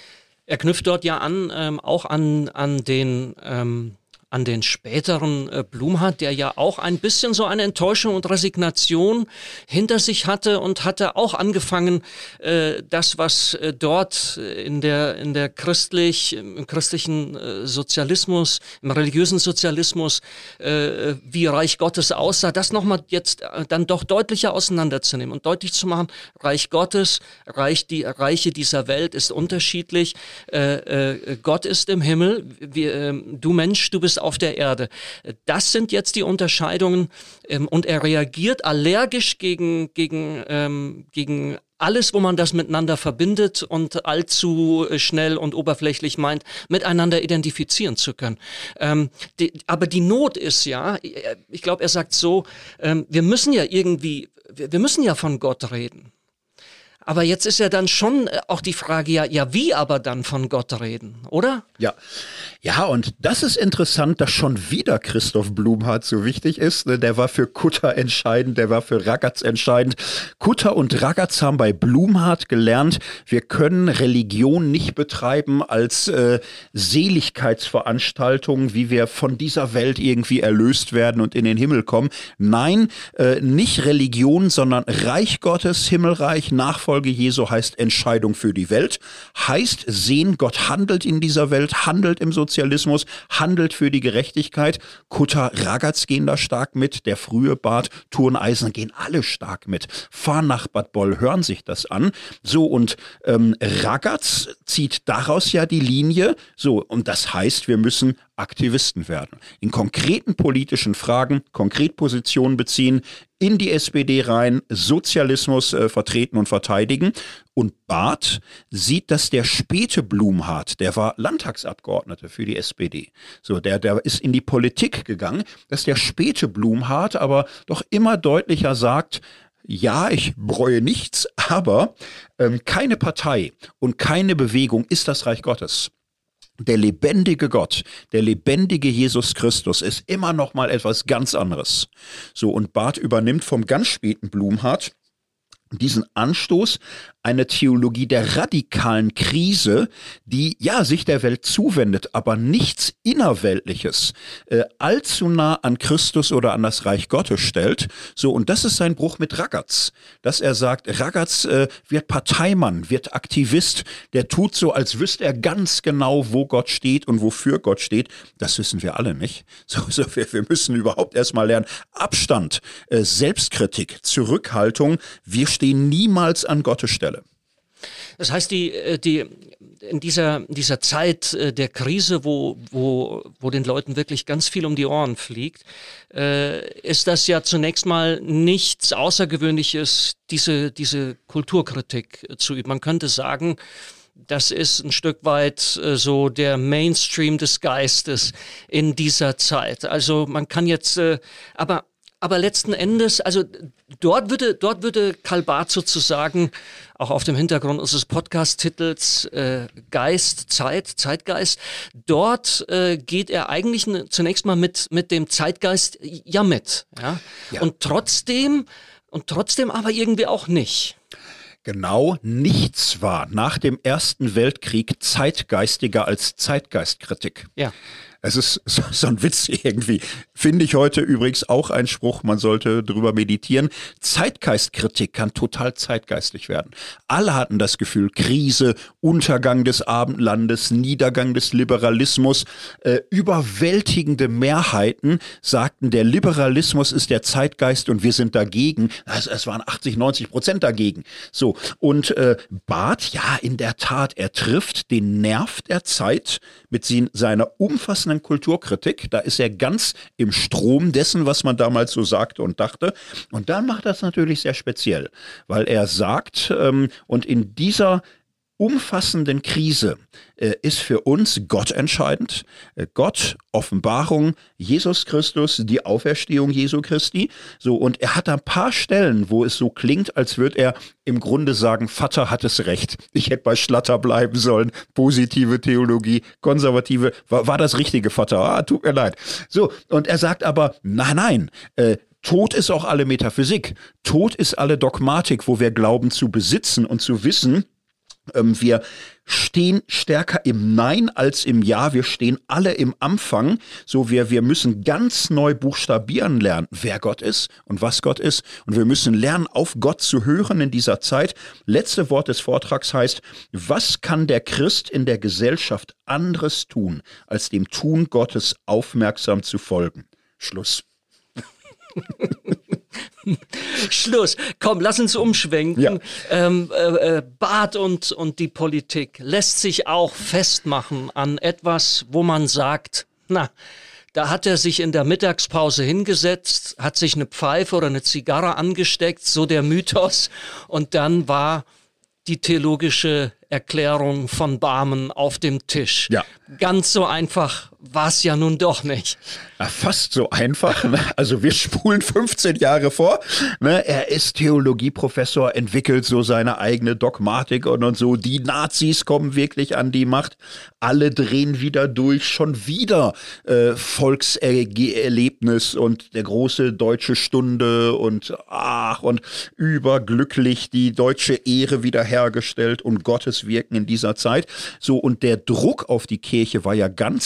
Speaker 1: Er knüpft dort ja an, ähm, auch an, an den... Ähm an den späteren äh, Blumhardt, der ja auch ein bisschen so eine Enttäuschung und Resignation hinter sich hatte und hatte auch angefangen, äh, das, was äh, dort in der in der christlich im christlichen äh, Sozialismus, im religiösen Sozialismus, äh, wie Reich Gottes aussah, das nochmal jetzt äh, dann doch deutlicher auseinanderzunehmen und deutlich zu machen, Reich Gottes, Reich die Reiche dieser Welt ist unterschiedlich, äh, äh, Gott ist im Himmel, wir, äh, du Mensch, du bist auf der Erde. Das sind jetzt die Unterscheidungen ähm, und er reagiert allergisch gegen, gegen, ähm, gegen alles, wo man das miteinander verbindet und allzu schnell und oberflächlich meint, miteinander identifizieren zu können. Ähm, die, aber die Not ist ja, ich glaube, er sagt so, ähm, wir müssen ja irgendwie, wir, wir müssen ja von Gott reden. Aber jetzt ist ja dann schon auch die Frage, ja, ja, wie aber dann von Gott reden, oder?
Speaker 2: Ja, ja, und das ist interessant, dass schon wieder Christoph Blumhardt so wichtig ist. Der war für Kutter entscheidend, der war für Ragaz entscheidend. Kutter und Ragaz haben bei Blumhardt gelernt, wir können Religion nicht betreiben als äh, Seligkeitsveranstaltung, wie wir von dieser Welt irgendwie erlöst werden und in den Himmel kommen. Nein, äh, nicht Religion, sondern Reich Gottes, Himmelreich, Nachfolge Nachfolge Jesu heißt Entscheidung für die Welt, heißt sehen, Gott handelt in dieser Welt, handelt im Sozialismus, handelt für die Gerechtigkeit. Kutter, Ragaz gehen da stark mit, der frühe Barth, Thurneisen gehen alle stark mit. Fahren nach Bad Boll, hören sich das an. So, und ähm, Ragaz zieht daraus ja die Linie, so, und das heißt, wir müssen Aktivisten werden. In konkreten politischen Fragen, konkret Positionen beziehen, in die S P D rein, Sozialismus äh, vertreten und verteidigen. Und Barth sieht, dass der späte Blumhardt, der war Landtagsabgeordneter für die S P D, so, der, der ist in die Politik gegangen, dass der späte Blumhardt aber doch immer deutlicher sagt, ja, ich bereue nichts, aber ähm, keine Partei und keine Bewegung ist das Reich Gottes. Der lebendige Gott, der lebendige Jesus Christus ist immer noch mal etwas ganz anderes. So, und Barth übernimmt vom ganz späten Blumhardt diesen Anstoß, eine Theologie der radikalen Krise, die ja sich der Welt zuwendet, aber nichts Innerweltliches äh, allzu nah an Christus oder an das Reich Gottes stellt. So, und das ist sein Bruch mit Ragaz, dass er sagt, Ragaz äh, wird Parteimann, wird Aktivist, der tut so, als wüsste er ganz genau, wo Gott steht und wofür Gott steht. Das wissen wir alle nicht. So, so wir, wir müssen überhaupt erstmal lernen. Abstand, äh, Selbstkritik, Zurückhaltung. Wir stehen niemals an Gottes Stelle.
Speaker 1: Das heißt, die, die, in dieser, dieser Zeit der Krise, wo, wo, wo den Leuten wirklich ganz viel um die Ohren fliegt, äh, ist das ja zunächst mal nichts Außergewöhnliches, diese, diese Kulturkritik zu üben. Man könnte sagen, das ist ein Stück weit äh, so der Mainstream des Geistes in dieser Zeit. Also man kann jetzt, äh, aber Aber letzten Endes, also dort würde, dort würde Karl Barth sozusagen, auch auf dem Hintergrund unseres Podcast-Titels äh, Geist, Zeit, Zeitgeist, dort äh, geht er eigentlich ne, zunächst mal mit, mit dem Zeitgeist ja mit. Ja? Ja. Und trotzdem, und trotzdem aber irgendwie auch nicht.
Speaker 2: Genau, nichts war nach dem Ersten Weltkrieg zeitgeistiger als Zeitgeistkritik.
Speaker 1: Ja.
Speaker 2: Es ist so, so ein Witz irgendwie. Finde ich heute übrigens auch ein Spruch, man sollte drüber meditieren. Zeitgeistkritik kann total zeitgeistig werden. Alle hatten das Gefühl, Krise, Untergang des Abendlandes, Niedergang des Liberalismus. Äh, überwältigende Mehrheiten sagten, der Liberalismus ist der Zeitgeist und wir sind dagegen. Also es waren achtzig, neunzig Prozent dagegen. So, und äh, Barth, ja, in der Tat, er trifft den Nerv der Zeit mit seiner umfassenden Kulturkritik, da ist er ganz im Strom dessen, was man damals so sagte und dachte. Und dann macht das natürlich sehr speziell, weil er sagt, ähm, und in dieser umfassenden Krise äh, ist für uns Gott entscheidend. Äh, Gott, Offenbarung, Jesus Christus, die Auferstehung Jesu Christi. So, und er hat ein paar Stellen, wo es so klingt, als würde er im Grunde sagen, Vater hat es recht. Ich hätte bei Schlatter bleiben sollen. Positive Theologie, konservative. War, war das richtige, Vater? Ah, tut mir leid. So, und er sagt aber, nein, nein, äh, Tod ist auch alle Metaphysik. Tod ist alle Dogmatik, wo wir glauben zu besitzen und zu wissen. Ähm, wir stehen stärker im Nein als im Ja. Wir stehen alle im Anfang. So, wir, wir müssen ganz neu buchstabieren lernen, wer Gott ist und was Gott ist. Und wir müssen lernen, auf Gott zu hören in dieser Zeit. Letzte Wort des Vortrags heißt, was kann der Christ in der Gesellschaft anderes tun, als dem Tun Gottes aufmerksam zu folgen? Schluss.
Speaker 1: Schluss. Komm, lass uns umschwenken.
Speaker 2: Ja.
Speaker 1: Ähm, äh, Barth und, und die Politik lässt sich auch festmachen an etwas, wo man sagt, na, da hat er sich in der Mittagspause hingesetzt, hat sich eine Pfeife oder eine Zigarre angesteckt, so der Mythos, und dann war die theologische Erklärung von Barmen auf dem Tisch.
Speaker 2: Ja.
Speaker 1: Ganz so einfach war es ja nun doch nicht.
Speaker 2: Na, fast so einfach. Ne? Also wir spulen fünfzehn Jahre vor. Ne? Er ist Theologieprofessor, entwickelt so seine eigene Dogmatik und, und so. Die Nazis kommen wirklich an die Macht. Alle drehen wieder durch. Schon wieder äh, Volkserlebnis und der große deutsche Stunde und ach und überglücklich die deutsche Ehre wiederhergestellt und Gottes Wirken in dieser Zeit. So, und der Druck auf die Kirche war ja ganz enorm.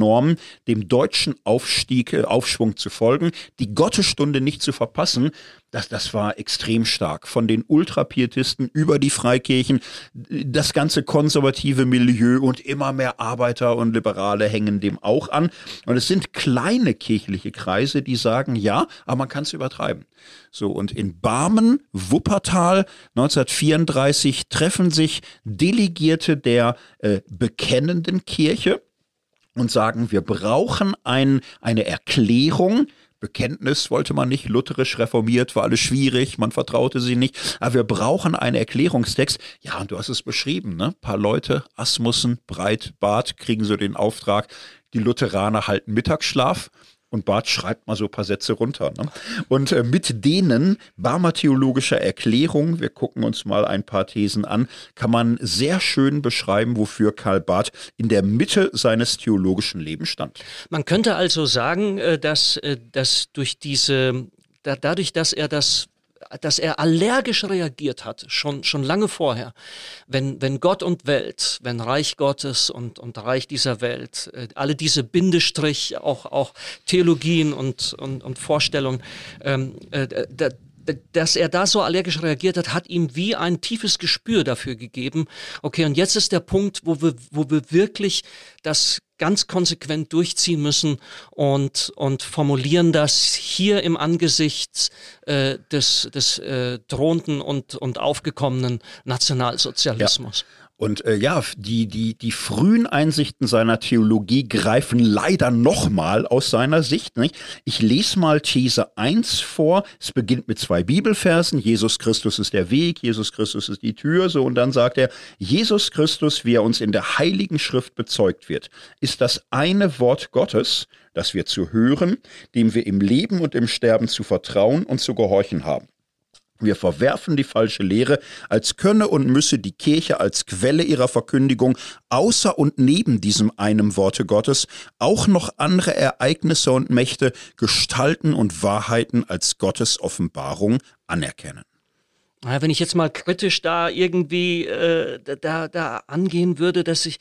Speaker 2: enorm, dem deutschen Aufstieg, äh, Aufschwung zu folgen, die Gottesstunde nicht zu verpassen. Das, das war extrem stark. Von den Ultrapietisten über die Freikirchen, das ganze konservative Milieu und immer mehr Arbeiter und Liberale hängen dem auch an. Und es sind kleine kirchliche Kreise, die sagen, ja, aber man kann es übertreiben. So, und in Barmen, Wuppertal, neunzehnhundertvierunddreißig treffen sich Delegierte der äh, bekennenden Kirche und sagen, wir brauchen ein, eine Erklärung. Bekenntnis wollte man nicht, lutherisch reformiert, war alles schwierig, man vertraute sie nicht, aber wir brauchen einen Erklärungstext. Ja, und du hast es beschrieben, ne? Ein paar Leute, Asmussen, Breit, Barth, kriegen so den Auftrag, die Lutheraner halten Mittagsschlaf. Und Barth schreibt mal so ein paar Sätze runter. Ne? Und äh, mit denen Barmer theologischer Erklärung, wir gucken uns mal ein paar Thesen an, kann man sehr schön beschreiben, wofür Karl Barth in der Mitte seines theologischen Lebens stand.
Speaker 1: Man könnte also sagen, äh, dass, äh, dass durch diese, da, dadurch, dass er das dass er allergisch reagiert hat, schon, schon lange vorher, wenn, wenn Gott und Welt, wenn Reich Gottes und, und Reich dieser Welt, äh, alle diese Bindestrich, auch, auch Theologien und, und, und Vorstellungen, ähm, äh, da, dass er da so allergisch reagiert hat, hat ihm wie ein tiefes Gespür dafür gegeben. Okay, und jetzt ist der Punkt, wo wir, wo wir wirklich das ganz konsequent durchziehen müssen und, und formulieren das hier im Angesicht äh, des, des äh, drohenden und, und aufgekommenen Nationalsozialismus.
Speaker 2: Ja. Und äh, ja, die, die, die frühen Einsichten seiner Theologie greifen leider nochmal aus seiner Sicht. Nicht? Ich lese mal These eins vor. Es beginnt mit zwei Bibelversen. Jesus Christus ist der Weg, Jesus Christus ist die Tür. So, und dann sagt er, Jesus Christus, wie er uns in der Heiligen Schrift bezeugt wird, ist das eine Wort Gottes, das wir zu hören, dem wir im Leben und im Sterben zu vertrauen und zu gehorchen haben. Wir verwerfen die falsche Lehre, als könne und müsse die Kirche als Quelle ihrer Verkündigung außer und neben diesem einem Worte Gottes auch noch andere Ereignisse und Mächte, Gestalten und Wahrheiten als Gottes Offenbarung anerkennen.
Speaker 1: Ja, wenn ich jetzt mal kritisch da irgendwie äh, da, da angehen würde, dass ich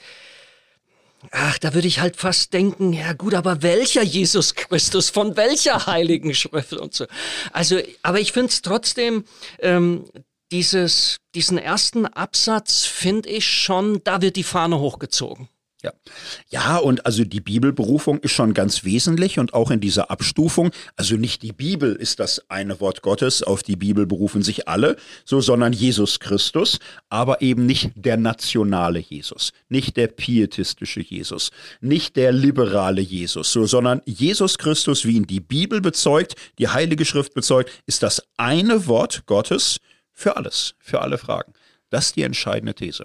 Speaker 1: Ach, da würde ich halt fast denken, ja gut, aber welcher Jesus Christus, von welcher Heiligen Schrift und so. Also, aber ich finde es trotzdem, ähm, dieses, diesen ersten Absatz finde ich schon, da wird die Fahne hochgezogen.
Speaker 2: Ja. ja, und also die Bibelberufung ist schon ganz wesentlich und auch in dieser Abstufung, also nicht die Bibel ist das eine Wort Gottes, auf die Bibel berufen sich alle, so, sondern Jesus Christus, aber eben nicht der nationale Jesus, nicht der pietistische Jesus, nicht der liberale Jesus, so, sondern Jesus Christus, wie ihn die Bibel bezeugt, die Heilige Schrift bezeugt, ist das eine Wort Gottes für alles, für alle Fragen. Das ist die entscheidende These.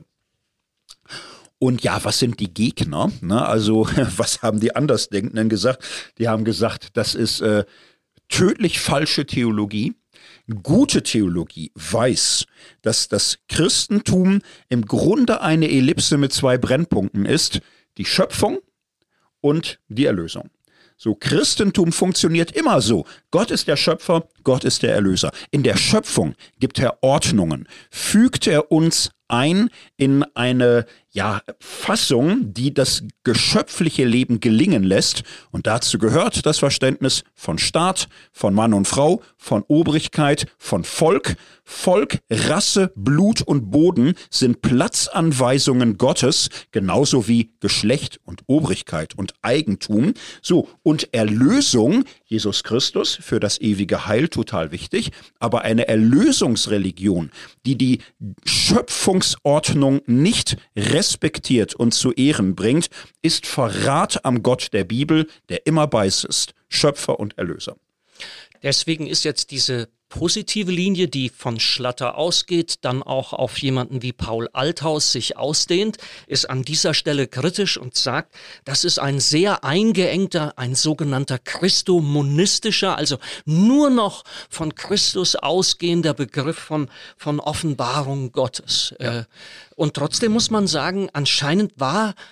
Speaker 2: Und ja, was sind die Gegner? Ne? Also, was haben die Andersdenkenden gesagt? Die haben gesagt, das ist äh, tödlich falsche Theologie. Gute Theologie weiß, dass das Christentum im Grunde eine Ellipse mit zwei Brennpunkten ist. Die Schöpfung und die Erlösung. So, Christentum funktioniert immer so. Gott ist der Schöpfer, Gott ist der Erlöser. In der Schöpfung gibt er Ordnungen, fügt er uns ein in eine ja, Fassung, die das geschöpfliche Leben gelingen lässt. Und dazu gehört das Verständnis von Staat, von Mann und Frau, von Obrigkeit, von Volk. Volk, Rasse, Blut und Boden sind Platzanweisungen Gottes, genauso wie Geschlecht und Obrigkeit und Eigentum. So, und Erlösung, Jesus Christus für das ewige Heil, total wichtig, aber eine Erlösungsreligion, die die Schöpfungsordnung nicht respektiert und zu Ehren bringt, ist Verrat am Gott der Bibel, der immer beiß ist, Schöpfer und Erlöser.
Speaker 1: Deswegen ist jetzt diese positive Linie, die von Schlatter ausgeht, dann auch auf jemanden wie Paul Althaus sich ausdehnt, ist an dieser Stelle kritisch und sagt, das ist ein sehr eingeengter, ein sogenannter christomonistischer, also nur noch von Christus ausgehender Begriff von, von Offenbarung Gottes. Ja. Und trotzdem muss man sagen, anscheinend war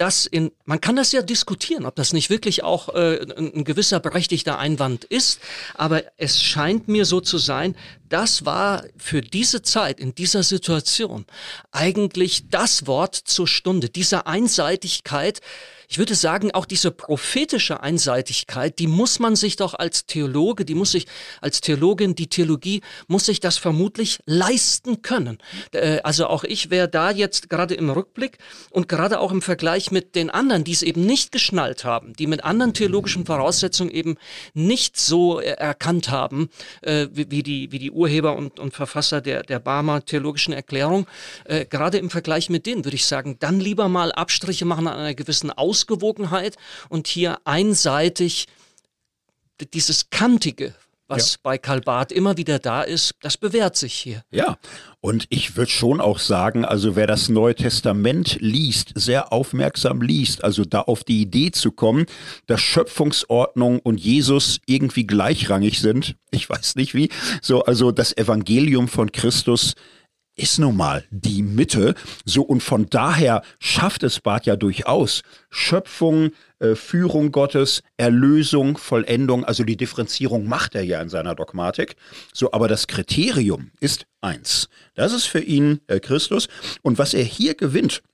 Speaker 1: das in, man kann das ja diskutieren, ob das nicht wirklich auch äh, ein, ein gewisser berechtigter Einwand ist, aber es scheint mir so zu sein, das war für diese Zeit, in dieser Situation eigentlich das Wort zur Stunde, diese Einseitigkeit. Ich würde sagen, auch diese prophetische Einseitigkeit, die muss man sich doch als Theologe, die muss sich als Theologin, die Theologie, muss sich das vermutlich leisten können. Also auch ich wäre da jetzt gerade im Rückblick und gerade auch im Vergleich mit den anderen, die es eben nicht geschnallt haben, die mit anderen theologischen Voraussetzungen eben nicht so erkannt haben, wie die, wie die Urheber und, und Verfasser der, der Barmer theologischen Erklärung. Gerade im Vergleich mit denen würde ich sagen, dann lieber mal Abstriche machen an einer gewissen Aus Ausgewogenheit und hier einseitig dieses Kantige, was ja. bei Karl Barth immer wieder da ist, das bewährt sich hier.
Speaker 2: Ja, und ich würde schon auch sagen, also wer das Neue Testament liest, sehr aufmerksam liest, also da auf die Idee zu kommen, dass Schöpfungsordnung und Jesus irgendwie gleichrangig sind, ich weiß nicht wie, so also das Evangelium von Christus ist nun mal die Mitte, so und von daher schafft es Barth ja durchaus Schöpfung, äh, Führung Gottes, Erlösung, Vollendung, also die Differenzierung macht er ja in seiner Dogmatik, so aber das Kriterium ist eins, das ist für ihn äh, Christus und was er hier gewinnt,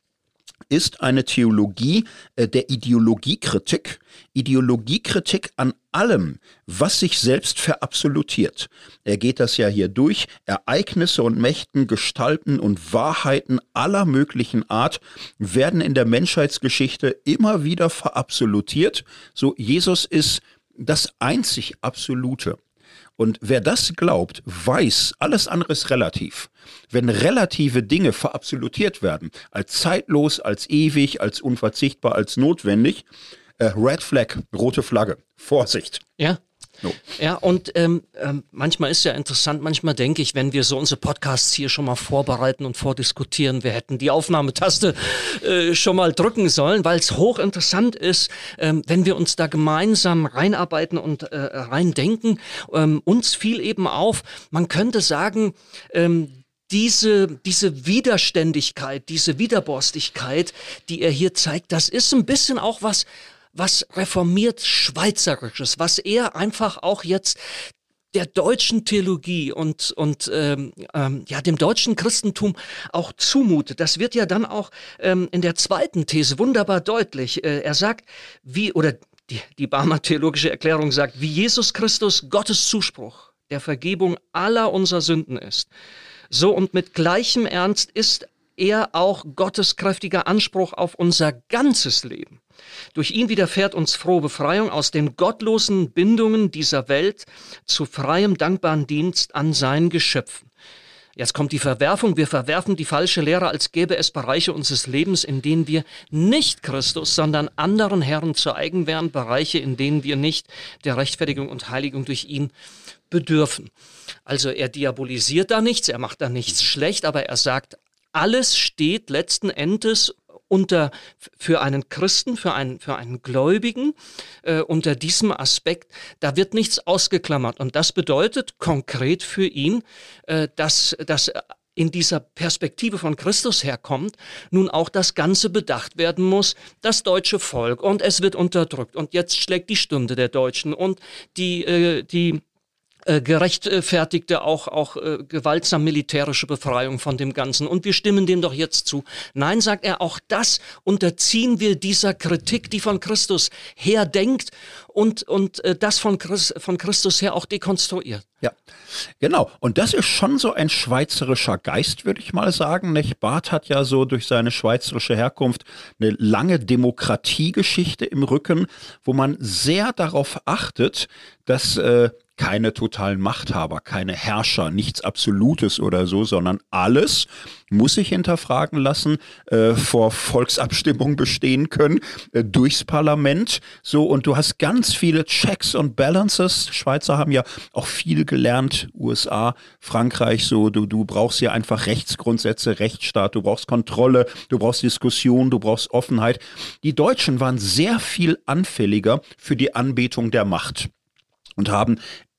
Speaker 2: ist eine Theologie äh, der Ideologiekritik, Ideologiekritik an allem, was sich selbst verabsolutiert. Er geht das ja hier durch, Ereignisse und Mächten, Gestalten und Wahrheiten aller möglichen Art werden in der Menschheitsgeschichte immer wieder verabsolutiert. So, Jesus ist das einzig Absolute. Und wer das glaubt, weiß, alles andere ist relativ. Wenn relative Dinge verabsolutiert werden, als zeitlos, als ewig, als unverzichtbar, als notwendig, äh, Red Flag, rote Flagge, Vorsicht.
Speaker 1: Ja. No. Ja, und ähm, ähm, manchmal ist ja interessant, manchmal denke ich, wenn wir so unsere Podcasts hier schon mal vorbereiten und vordiskutieren, wir hätten die Aufnahmetaste äh, schon mal drücken sollen, weil es hochinteressant ist, ähm, wenn wir uns da gemeinsam reinarbeiten und äh, reindenken. Ähm, uns fiel eben auf, man könnte sagen, ähm, Diese, diese Widerständigkeit, diese Widerborstigkeit, die er hier zeigt, das ist ein bisschen auch was, was reformiert Schweizerisches, was er einfach auch jetzt der deutschen Theologie und, und ähm, ähm, ja, dem deutschen Christentum auch zumutet. Das wird ja dann auch ähm, in der zweiten These wunderbar deutlich. Äh, er sagt, wie, oder die, die Barmer theologische Erklärung sagt, wie Jesus Christus Gottes Zuspruch der Vergebung aller unserer Sünden ist. So und mit gleichem Ernst ist er auch Gottes kräftiger Anspruch auf unser ganzes Leben. Durch ihn widerfährt uns frohe Befreiung aus den gottlosen Bindungen dieser Welt zu freiem, dankbaren Dienst an seinen Geschöpfen. Jetzt kommt die Verwerfung. Wir verwerfen die falsche Lehre, als gäbe es Bereiche unseres Lebens, in denen wir nicht Christus, sondern anderen Herren zu eigen wären, Bereiche, in denen wir nicht der Rechtfertigung und Heiligung durch ihn bedürfen. Also er diabolisiert da nichts, er macht da nichts schlecht, aber er sagt, alles steht letzten Endes unter, für einen Christen, für einen, für einen Gläubigen, äh, unter diesem Aspekt, da wird nichts ausgeklammert. Und das bedeutet konkret für ihn, äh, dass, dass in dieser Perspektive von Christus herkommt, nun auch das Ganze bedacht werden muss, das deutsche Volk, und es wird unterdrückt. Und jetzt schlägt die Stunde der Deutschen und die, äh, die Äh, gerechtfertigte, auch, auch äh, gewaltsam militärische Befreiung von dem Ganzen. Und wir stimmen dem doch jetzt zu. Nein, sagt er, auch das unterziehen wir dieser Kritik, die von Christus her denkt und, und äh, das von, Christ, von Christus her auch dekonstruiert.
Speaker 2: Ja, genau. Und das ist schon so ein schweizerischer Geist, würde ich mal sagen. Nicht? Barth hat ja so durch seine schweizerische Herkunft eine lange Demokratiegeschichte im Rücken, wo man sehr darauf achtet, dass äh, keine totalen Machthaber, keine Herrscher, nichts Absolutes oder so, sondern alles muss sich hinterfragen lassen, äh, vor Volksabstimmung bestehen können, äh, durchs Parlament. So, und du hast ganz viele Checks und Balances. Schweizer haben ja auch viel gelernt, U S A, Frankreich, so, du, du brauchst ja einfach Rechtsgrundsätze, Rechtsstaat, du brauchst Kontrolle, du brauchst Diskussion, du brauchst Offenheit. Die Deutschen waren sehr viel anfälliger für die Anbetung der Macht und haben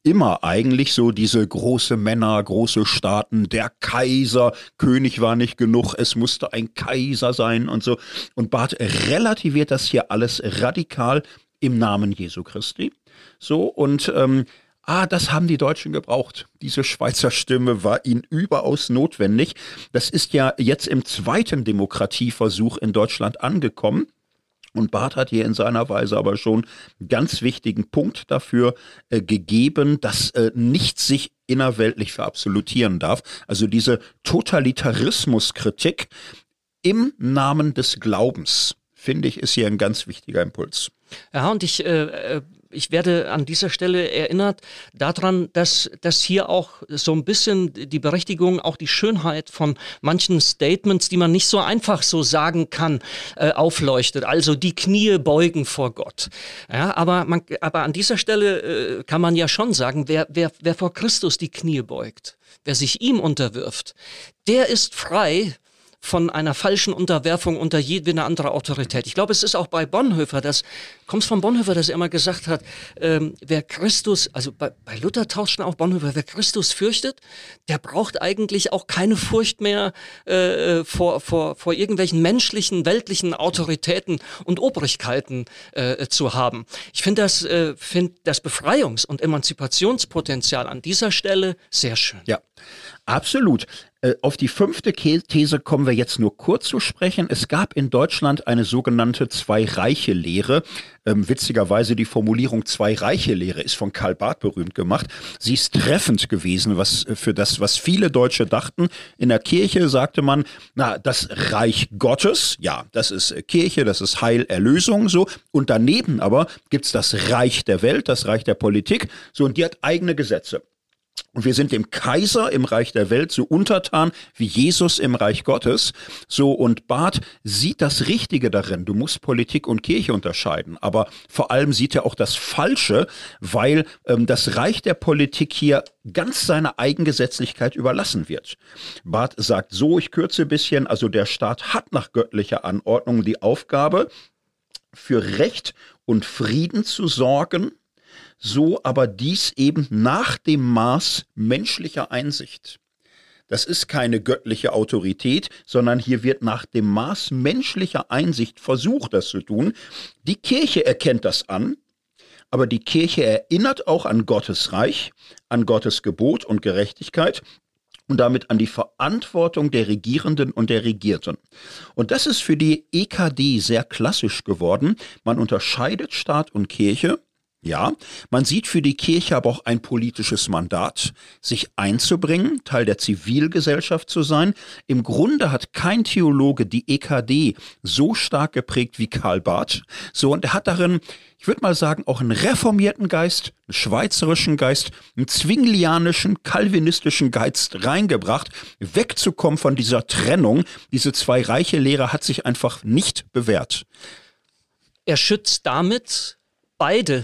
Speaker 2: immer eigentlich so diese große Männer, große Staaten, der Kaiser, König war nicht genug, es musste ein Kaiser sein und so. Und Barth relativiert das hier alles radikal im Namen Jesu Christi. So, und ähm, ah, das haben die Deutschen gebraucht. Diese Schweizer Stimme war ihnen überaus notwendig. Das ist ja jetzt im zweiten Demokratieversuch in Deutschland angekommen. Und Barth hat hier in seiner Weise aber schon einen ganz wichtigen Punkt dafür äh, gegeben, dass äh, nichts sich innerweltlich verabsolutieren darf. Also diese Totalitarismuskritik im Namen des Glaubens, finde ich, ist hier ein ganz wichtiger Impuls.
Speaker 1: Ja, und ich äh, Ich werde an dieser Stelle erinnert daran, dass, dass hier auch so ein bisschen die Berechtigung, auch die Schönheit von manchen Statements, die man nicht so einfach so sagen kann, äh, aufleuchtet. Also die Knie beugen vor Gott. Ja, aber, man, aber an dieser Stelle äh, kann man ja schon sagen, wer, wer, wer vor Christus die Knie beugt, wer sich ihm unterwirft, der ist frei von einer falschen Unterwerfung unter jede andere Autorität. Ich glaube, es ist auch bei Bonhoeffer, das kommt von Bonhoeffer, dass er immer gesagt hat, ähm, wer Christus, also bei, bei Luther tauscht schon auch Bonhoeffer, wer Christus fürchtet, der braucht eigentlich auch keine Furcht mehr äh, vor, vor, vor irgendwelchen menschlichen, weltlichen Autoritäten und Obrigkeiten äh, zu haben. Ich finde das, äh, find das Befreiungs- und Emanzipationspotenzial an dieser Stelle sehr schön.
Speaker 2: Ja, absolut. Äh, auf die fünfte These kommen wir jetzt nur kurz zu sprechen. Es gab in Deutschland eine sogenannte Zwei-Reiche-Lehre. Ähm, witzigerweise die Formulierung Zwei-Reiche-Lehre ist von Karl Barth berühmt gemacht. Sie ist treffend gewesen, was für das, was viele Deutsche dachten. In der Kirche sagte man, na, das Reich Gottes, ja, das ist Kirche, das ist Heil, Erlösung, so. Und daneben aber gibt's das Reich der Welt, das Reich der Politik, so, und die hat eigene Gesetze. Und wir sind dem Kaiser im Reich der Welt so untertan wie Jesus im Reich Gottes. So, und Barth sieht das Richtige darin. Du musst Politik und Kirche unterscheiden. Aber vor allem sieht er auch das Falsche, weil ähm, das Reich der Politik hier ganz seiner Eigengesetzlichkeit überlassen wird. Barth sagt so, ich kürze ein bisschen, also der Staat hat nach göttlicher Anordnung die Aufgabe, für Recht und Frieden zu sorgen, so aber dies eben nach dem Maß menschlicher Einsicht. Das ist keine göttliche Autorität, sondern hier wird nach dem Maß menschlicher Einsicht versucht, das zu tun. Die Kirche erkennt das an, aber die Kirche erinnert auch an Gottes Reich, an Gottes Gebot und Gerechtigkeit und damit an die Verantwortung der Regierenden und der Regierten. Und das ist für die E K D sehr klassisch geworden. Man unterscheidet Staat und Kirche. Ja, man sieht für die Kirche aber auch ein politisches Mandat, sich einzubringen, Teil der Zivilgesellschaft zu sein. Im Grunde hat kein Theologe die E K D so stark geprägt wie Karl Barth. So, und er hat darin, ich würde mal sagen, auch einen reformierten Geist, einen schweizerischen Geist, einen zwinglianischen, calvinistischen Geist reingebracht, wegzukommen von dieser Trennung. Diese Zwei-Reiche-Lehre hat sich einfach nicht bewährt.
Speaker 1: Er schützt damit beide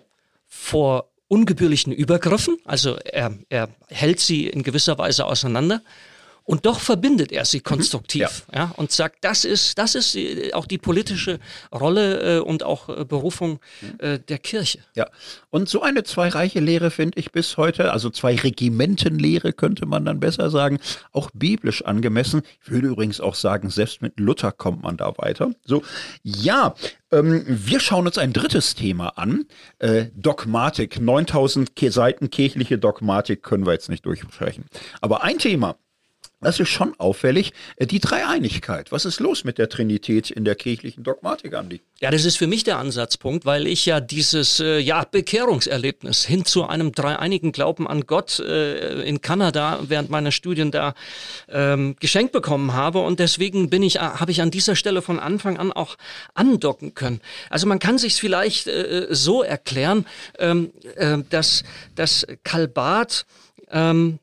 Speaker 1: vor ungebührlichen Übergriffen, also er, er hält sie in gewisser Weise auseinander und doch verbindet er sie konstruktiv, ja. Ja, und sagt, das ist, das ist auch die politische Rolle äh, und auch äh, Berufung äh, der Kirche.
Speaker 2: Ja, und so eine Zwei-Reiche-Lehre finde ich bis heute, also Zwei-Regimenten-Lehre könnte man dann besser sagen, auch biblisch angemessen. Ich würde übrigens auch sagen, selbst mit Luther kommt man da weiter. So, ja, ähm, wir schauen uns ein drittes Thema an, äh, Dogmatik. neuntausend Seiten kirchliche Dogmatik können wir jetzt nicht durchsprechen. Aber ein Thema, das ist schon auffällig, die Dreieinigkeit. Was ist los mit der Trinität in der kirchlichen Dogmatik, Andi?
Speaker 1: Ja, das ist für mich der Ansatzpunkt, weil ich ja dieses äh, ja, Bekehrungserlebnis hin zu einem dreieinigen Glauben an Gott äh, in Kanada während meiner Studien da ähm, geschenkt bekommen habe, und deswegen bin ich, äh, habe ich an dieser Stelle von Anfang an auch andocken können. Also man kann sich vielleicht äh, so erklären, ähm, äh, dass, dass Karl Barth ähm,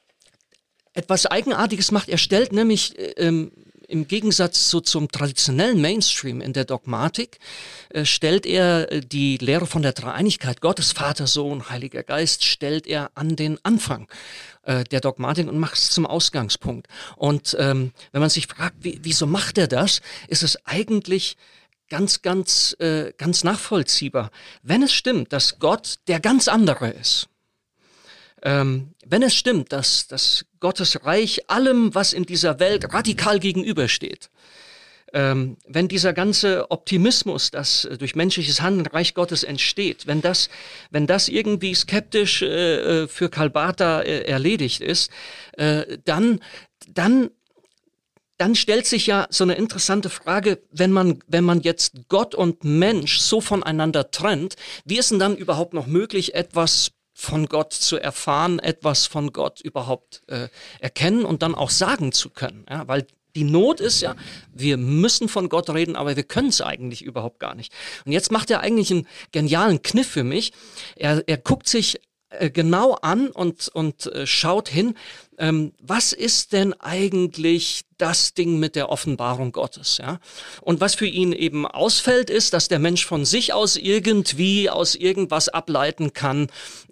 Speaker 1: etwas Eigenartiges macht. Er stellt nämlich ähm, im Gegensatz so zum traditionellen Mainstream in der Dogmatik, äh, stellt er äh, die Lehre von der Dreieinigkeit, Gottes Vater, Sohn, Heiliger Geist, stellt er an den Anfang äh, der Dogmatik und macht es zum Ausgangspunkt. Und ähm, wenn man sich fragt, wie, wieso macht er das, ist es eigentlich ganz, ganz, äh, ganz nachvollziehbar. Wenn es stimmt, dass Gott der ganz andere ist, Ähm, wenn es stimmt, dass, dass Gottes Reich allem, was in dieser Welt radikal gegenübersteht, ähm, wenn dieser ganze Optimismus, das durch menschliches Handeln Reich Gottes entsteht, wenn das, wenn das irgendwie skeptisch äh, für Karl Barth da äh, erledigt ist, äh, dann, dann Dann stellt sich ja so eine interessante Frage, wenn man, wenn man jetzt Gott und Mensch so voneinander trennt, wie ist denn dann überhaupt noch möglich, etwas von Gott zu erfahren, etwas von Gott überhaupt äh, erkennen und dann auch sagen zu können? Ja, weil die Not ist ja, wir müssen von Gott reden, aber wir können es eigentlich überhaupt gar nicht. Und jetzt macht er eigentlich einen genialen Kniff für mich. Er, er guckt sich äh, genau an und, und äh, schaut hin, ähm, was ist denn eigentlich das Ding mit der Offenbarung Gottes, ja? Und was für ihn eben ausfällt, ist, dass der Mensch von sich aus irgendwie aus irgendwas ableiten kann,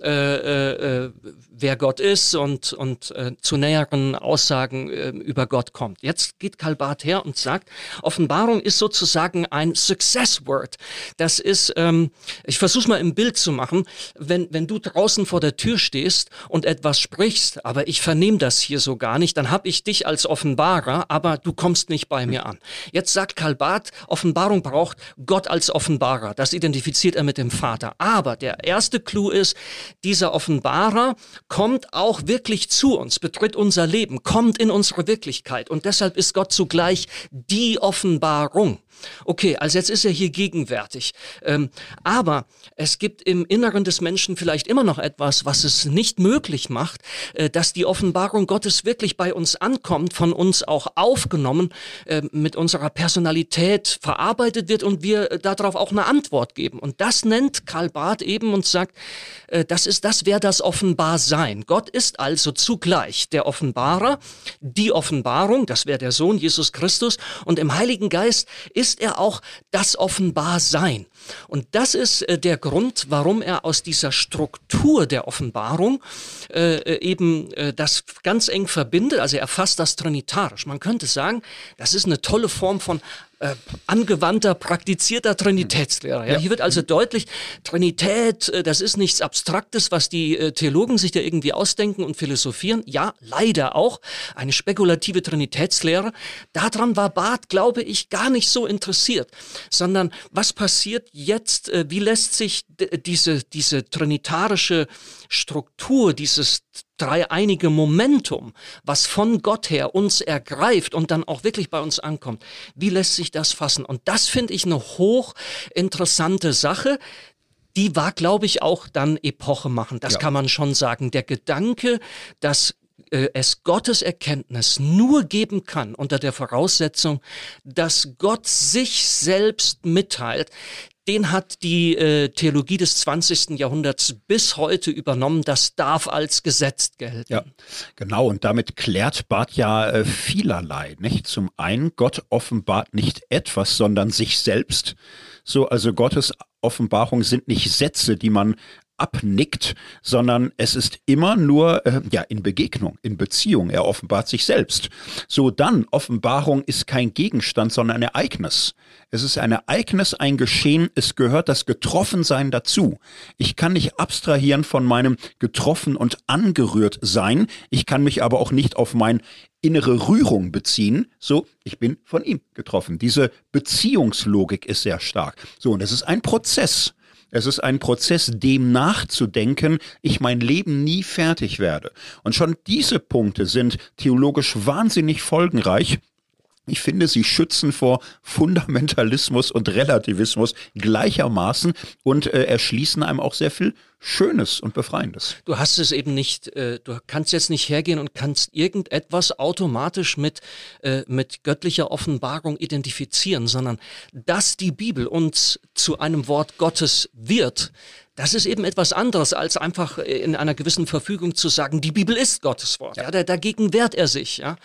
Speaker 1: äh, äh, wer Gott ist und, und äh, zu näheren Aussagen äh, über Gott kommt. Jetzt geht Karl Barth her und sagt, Offenbarung ist sozusagen ein Success Word. Das ist, ähm, ich versuche es mal im Bild zu machen, wenn, wenn du draußen vor der Tür stehst und etwas sprichst, aber ich vernehme das hier so gar nicht, dann habe ich dich als Offenbarer, aber du kommst nicht bei mir an. Jetzt sagt Karl Barth, Offenbarung braucht Gott als Offenbarer. Das identifiziert er mit dem Vater. Aber der erste Clou ist, dieser Offenbarer kommt auch wirklich zu uns, betritt unser Leben, kommt in unsere Wirklichkeit. Und deshalb ist Gott zugleich die Offenbarung. Okay, also jetzt ist er hier gegenwärtig. Ähm, aber es gibt im Inneren des Menschen vielleicht immer noch etwas, was es nicht möglich macht, äh, dass die Offenbarung Gottes wirklich bei uns ankommt, von uns auch aufgenommen, äh, mit unserer Personalität verarbeitet wird und wir äh, darauf auch eine Antwort geben. Und das nennt Karl Barth eben und sagt, äh, das ist, das wäre das Offenbarsein. Gott ist also zugleich der Offenbarer, die Offenbarung, das wäre der Sohn Jesus Christus, und im Heiligen Geist ist ist er auch das Offenbarsein. Und das ist äh, der Grund, warum er aus dieser Struktur der Offenbarung äh, eben äh, das ganz eng verbindet. Also er fasst das trinitarisch. Man könnte sagen, das ist eine tolle Form von Äh, angewandter, praktizierter Trinitätslehre. Ja, ja. Hier wird also deutlich, Trinität, äh, das ist nichts Abstraktes, was die äh, Theologen sich da irgendwie ausdenken und philosophieren. Ja, leider auch eine spekulative Trinitätslehre. Daran war Barth, glaube ich, gar nicht so interessiert, sondern was passiert jetzt, äh, wie lässt sich d- diese, diese trinitarische Struktur, dieses dreieinige Momentum, was von Gott her uns ergreift und dann auch wirklich bei uns ankommt. Wie lässt sich das fassen? Und das finde ich eine hochinteressante Sache. Die war, glaube ich, auch dann epochemachend. Das ja. kann man schon sagen. Der Gedanke, dass äh, es Gottes Erkenntnis nur geben kann unter der Voraussetzung, dass Gott sich selbst mitteilt, den hat die äh, Theologie des zwanzigsten Jahrhunderts bis heute übernommen. Das darf als Gesetz gelten.
Speaker 2: Ja, genau. Und damit klärt Barth ja äh, vielerlei. Nicht? Zum einen, Gott offenbart nicht etwas, sondern sich selbst. So, also Gottes Offenbarung sind nicht Sätze, die man abnickt, sondern es ist immer nur äh, ja in Begegnung, in Beziehung. Er offenbart sich selbst. So dann, Offenbarung ist kein Gegenstand, sondern ein Ereignis. Es ist ein Ereignis, ein Geschehen, es gehört das Getroffensein dazu. Ich kann nicht abstrahieren von meinem getroffen und angerührt sein. Ich kann mich aber auch nicht auf meine innere Rührung beziehen. So, ich bin von ihm getroffen. Diese Beziehungslogik ist sehr stark. So, und es ist ein Prozess. Es ist ein Prozess, dem nachzudenken, ich mein Leben nie fertig werde. Und schon diese Punkte sind theologisch wahnsinnig folgenreich. Ich finde, sie schützen vor Fundamentalismus und Relativismus gleichermaßen und äh, erschließen einem auch sehr viel Schönes und Befreiendes.
Speaker 1: Du hast es eben nicht, äh, du kannst jetzt nicht hergehen und kannst irgendetwas automatisch mit, äh, mit göttlicher Offenbarung identifizieren, sondern dass die Bibel uns zu einem Wort Gottes wird, das ist eben etwas anderes, als einfach in einer gewissen Verfügung zu sagen, die Bibel ist Gottes Wort. Ja, dagegen wehrt er sich. Ja.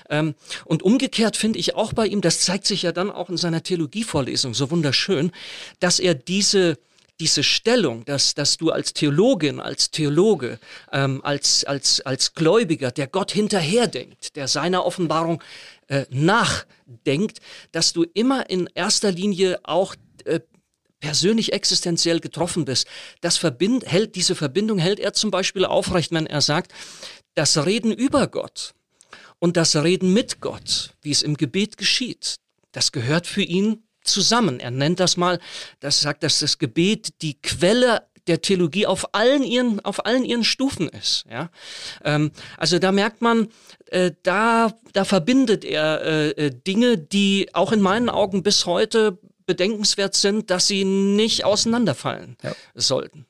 Speaker 1: Und umgekehrt finde ich auch bei ihm, das zeigt sich ja dann auch in seiner Theologievorlesung so wunderschön, dass er diese diese Stellung, dass, dass du als Theologin, als Theologe, ähm, als, als, als Gläubiger, der Gott hinterherdenkt, der seiner Offenbarung äh, nachdenkt, dass du immer in erster Linie auch äh, persönlich existenziell getroffen bist, das verbind, hält, diese Verbindung hält er zum Beispiel aufrecht, wenn er sagt, das Reden über Gott und das Reden mit Gott, wie es im Gebet geschieht, das gehört für ihn zusammen. Er nennt das mal, das sagt, dass das Gebet die Quelle der Theologie auf allen ihren, auf allen ihren Stufen ist. Ja? Ähm, also da merkt man, äh, da, da verbindet er äh, Dinge, die auch in meinen Augen bis heute bedenkenswert sind, dass sie nicht auseinanderfallen ja. sollten.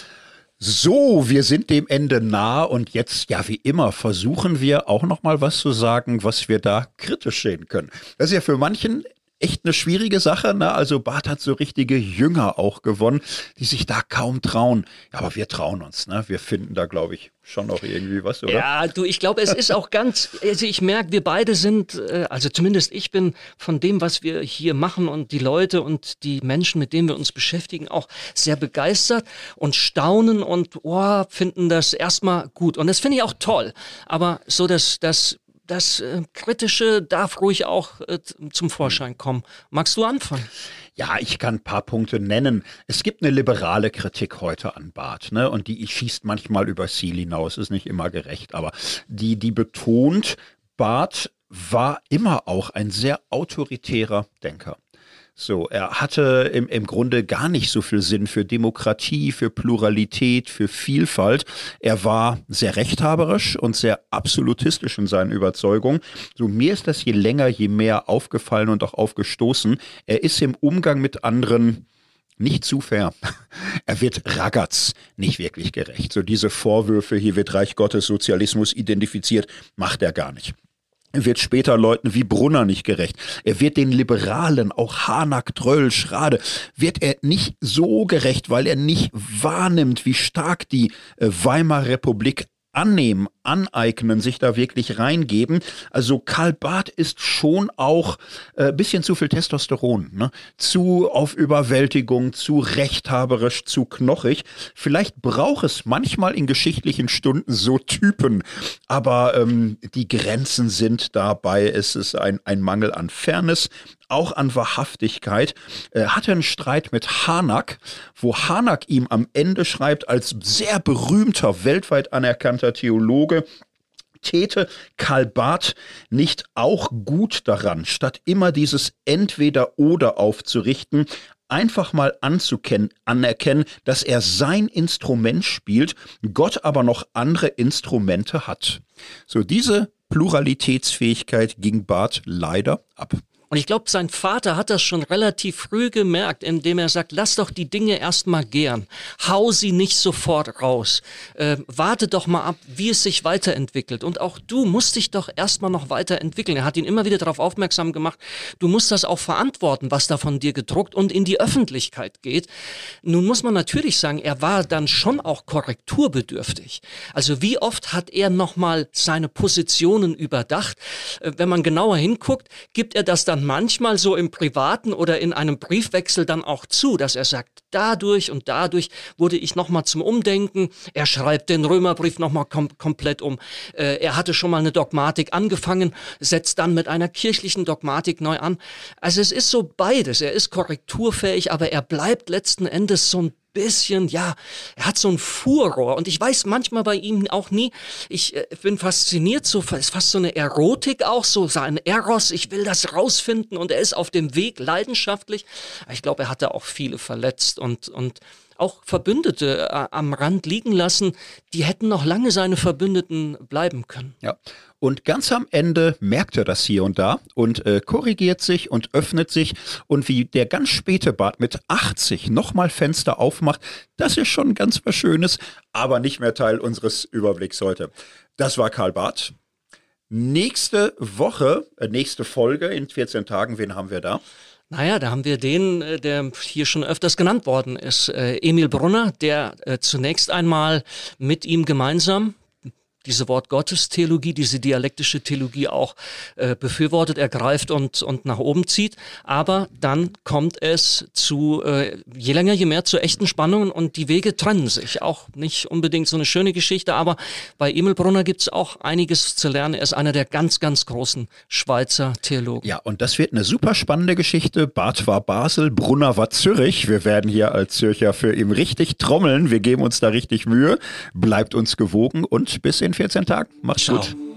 Speaker 2: So, wir sind dem Ende nah und jetzt, ja wie immer, versuchen wir auch noch mal was zu sagen, was wir da kritisch sehen können. Das ist ja für manchen echt eine schwierige Sache, ne? Also Barth hat so richtige Jünger auch gewonnen, die sich da kaum trauen. Ja, aber wir trauen uns, ne? Wir finden da, glaube ich, schon noch irgendwie was, oder?
Speaker 1: Ja, du, ich glaube, es ist auch ganz, also ich merke, wir beide sind, also zumindest ich bin von dem, was wir hier machen und die Leute und die Menschen, mit denen wir uns beschäftigen, auch sehr begeistert und staunen und oh, finden das erstmal gut. Und das finde ich auch toll. Aber so, dass das Das äh, Kritische darf ruhig auch äh, zum Vorschein kommen. Magst du anfangen?
Speaker 2: Ja, ich kann ein paar Punkte nennen. Es gibt eine liberale Kritik heute an Barth, ne? Und die schießt manchmal über Ziel hinaus, ist nicht immer gerecht, aber die, die betont, Barth war immer auch ein sehr autoritärer Denker. So, er hatte im, im Grunde gar nicht so viel Sinn für Demokratie, für Pluralität, für Vielfalt. Er war sehr rechthaberisch und sehr absolutistisch in seinen Überzeugungen. So, mir ist das je länger, je mehr aufgefallen und auch aufgestoßen. Er ist im Umgang mit anderen nicht zu fair. Er wird Ragaz nicht wirklich gerecht. So, diese Vorwürfe, hier wird Reich Gottes Sozialismus identifiziert, macht er gar nicht. Er wird später Leuten wie Brunner nicht gerecht. Er wird den Liberalen, auch Harnack, Tröll, Schrade, wird er nicht so gerecht, weil er nicht wahrnimmt, wie stark die äh, Weimarer Republik annehmen, aneignen, sich da wirklich reingeben. Also Karl Barth ist schon auch ein äh, bisschen zu viel Testosteron, ne? Zu auf Überwältigung, zu rechthaberisch, zu knochig. Vielleicht braucht es manchmal in geschichtlichen Stunden so Typen, aber ähm, die Grenzen sind dabei. Es ist ein, ein Mangel an Fairness, auch an Wahrhaftigkeit. Er hatte einen Streit mit Harnack, wo Harnack ihm am Ende schreibt, als sehr berühmter, weltweit anerkannter Theologe, täte Karl Barth nicht auch gut daran, statt immer dieses Entweder-Oder aufzurichten, einfach mal anzukennen, anerkennen, dass er sein Instrument spielt, Gott aber noch andere Instrumente hat. So, diese Pluralitätsfähigkeit ging Barth leider ab.
Speaker 1: Und ich glaube, sein Vater hat das schon relativ früh gemerkt, indem er sagt, lass doch die Dinge erstmal gären. Hau sie nicht sofort raus. Äh, warte doch mal ab, wie es sich weiterentwickelt. Und auch du musst dich doch erstmal noch weiterentwickeln. Er hat ihn immer wieder darauf aufmerksam gemacht, du musst das auch verantworten, was da von dir gedruckt und in die Öffentlichkeit geht. Nun muss man natürlich sagen, er war dann schon auch korrekturbedürftig. Also wie oft hat er nochmal seine Positionen überdacht? Äh, wenn man genauer hinguckt, gibt er das dann manchmal so im Privaten oder in einem Briefwechsel dann auch zu, dass er sagt, dadurch und dadurch wurde ich nochmal zum Umdenken. Er schreibt den Römerbrief nochmal kom- komplett um. Äh, er hatte schon mal eine Dogmatik angefangen, setzt dann mit einer kirchlichen Dogmatik neu an. Also es ist so beides. Er ist korrekturfähig, aber er bleibt letzten Endes so ein bisschen, ja, er hat so ein Furor und ich weiß manchmal bei ihm auch nie, ich äh, bin fasziniert, so ist fast so eine Erotik auch, so sein Eros, ich will das rausfinden und er ist auf dem Weg leidenschaftlich. Ich glaube, er hatte auch viele verletzt und, und auch Verbündete äh, am Rand liegen lassen, die hätten noch lange seine Verbündeten bleiben können.
Speaker 2: Ja. Und ganz am Ende merkt er das hier und da und äh, korrigiert sich und öffnet sich. Und wie der ganz späte Barth mit achtzig nochmal Fenster aufmacht, das ist schon ganz was Schönes, aber nicht mehr Teil unseres Überblicks heute. Das war Karl Barth. Nächste Woche, äh, nächste Folge in vierzehn Tagen, wen haben wir da?
Speaker 1: Naja, da haben wir den, der hier schon öfters genannt worden ist, Emil Brunner, der zunächst einmal mit ihm gemeinsam diese Wort-Gottes-Theologie, diese dialektische Theologie auch äh, befürwortet, ergreift und, und nach oben zieht. Aber dann kommt es zu, äh, je länger, je mehr, zu echten Spannungen und die Wege trennen sich. Auch nicht unbedingt so eine schöne Geschichte, aber bei Emil Brunner gibt es auch einiges zu lernen. Er ist einer der ganz, ganz großen Schweizer Theologen.
Speaker 2: Ja, und das wird eine super spannende Geschichte. Barth war Basel, Brunner war Zürich. Wir werden hier als Zürcher für ihn richtig trommeln. Wir geben uns da richtig Mühe. Bleibt uns gewogen und bis in vierzehn Tagen. Macht's
Speaker 1: Ciao.
Speaker 2: gut.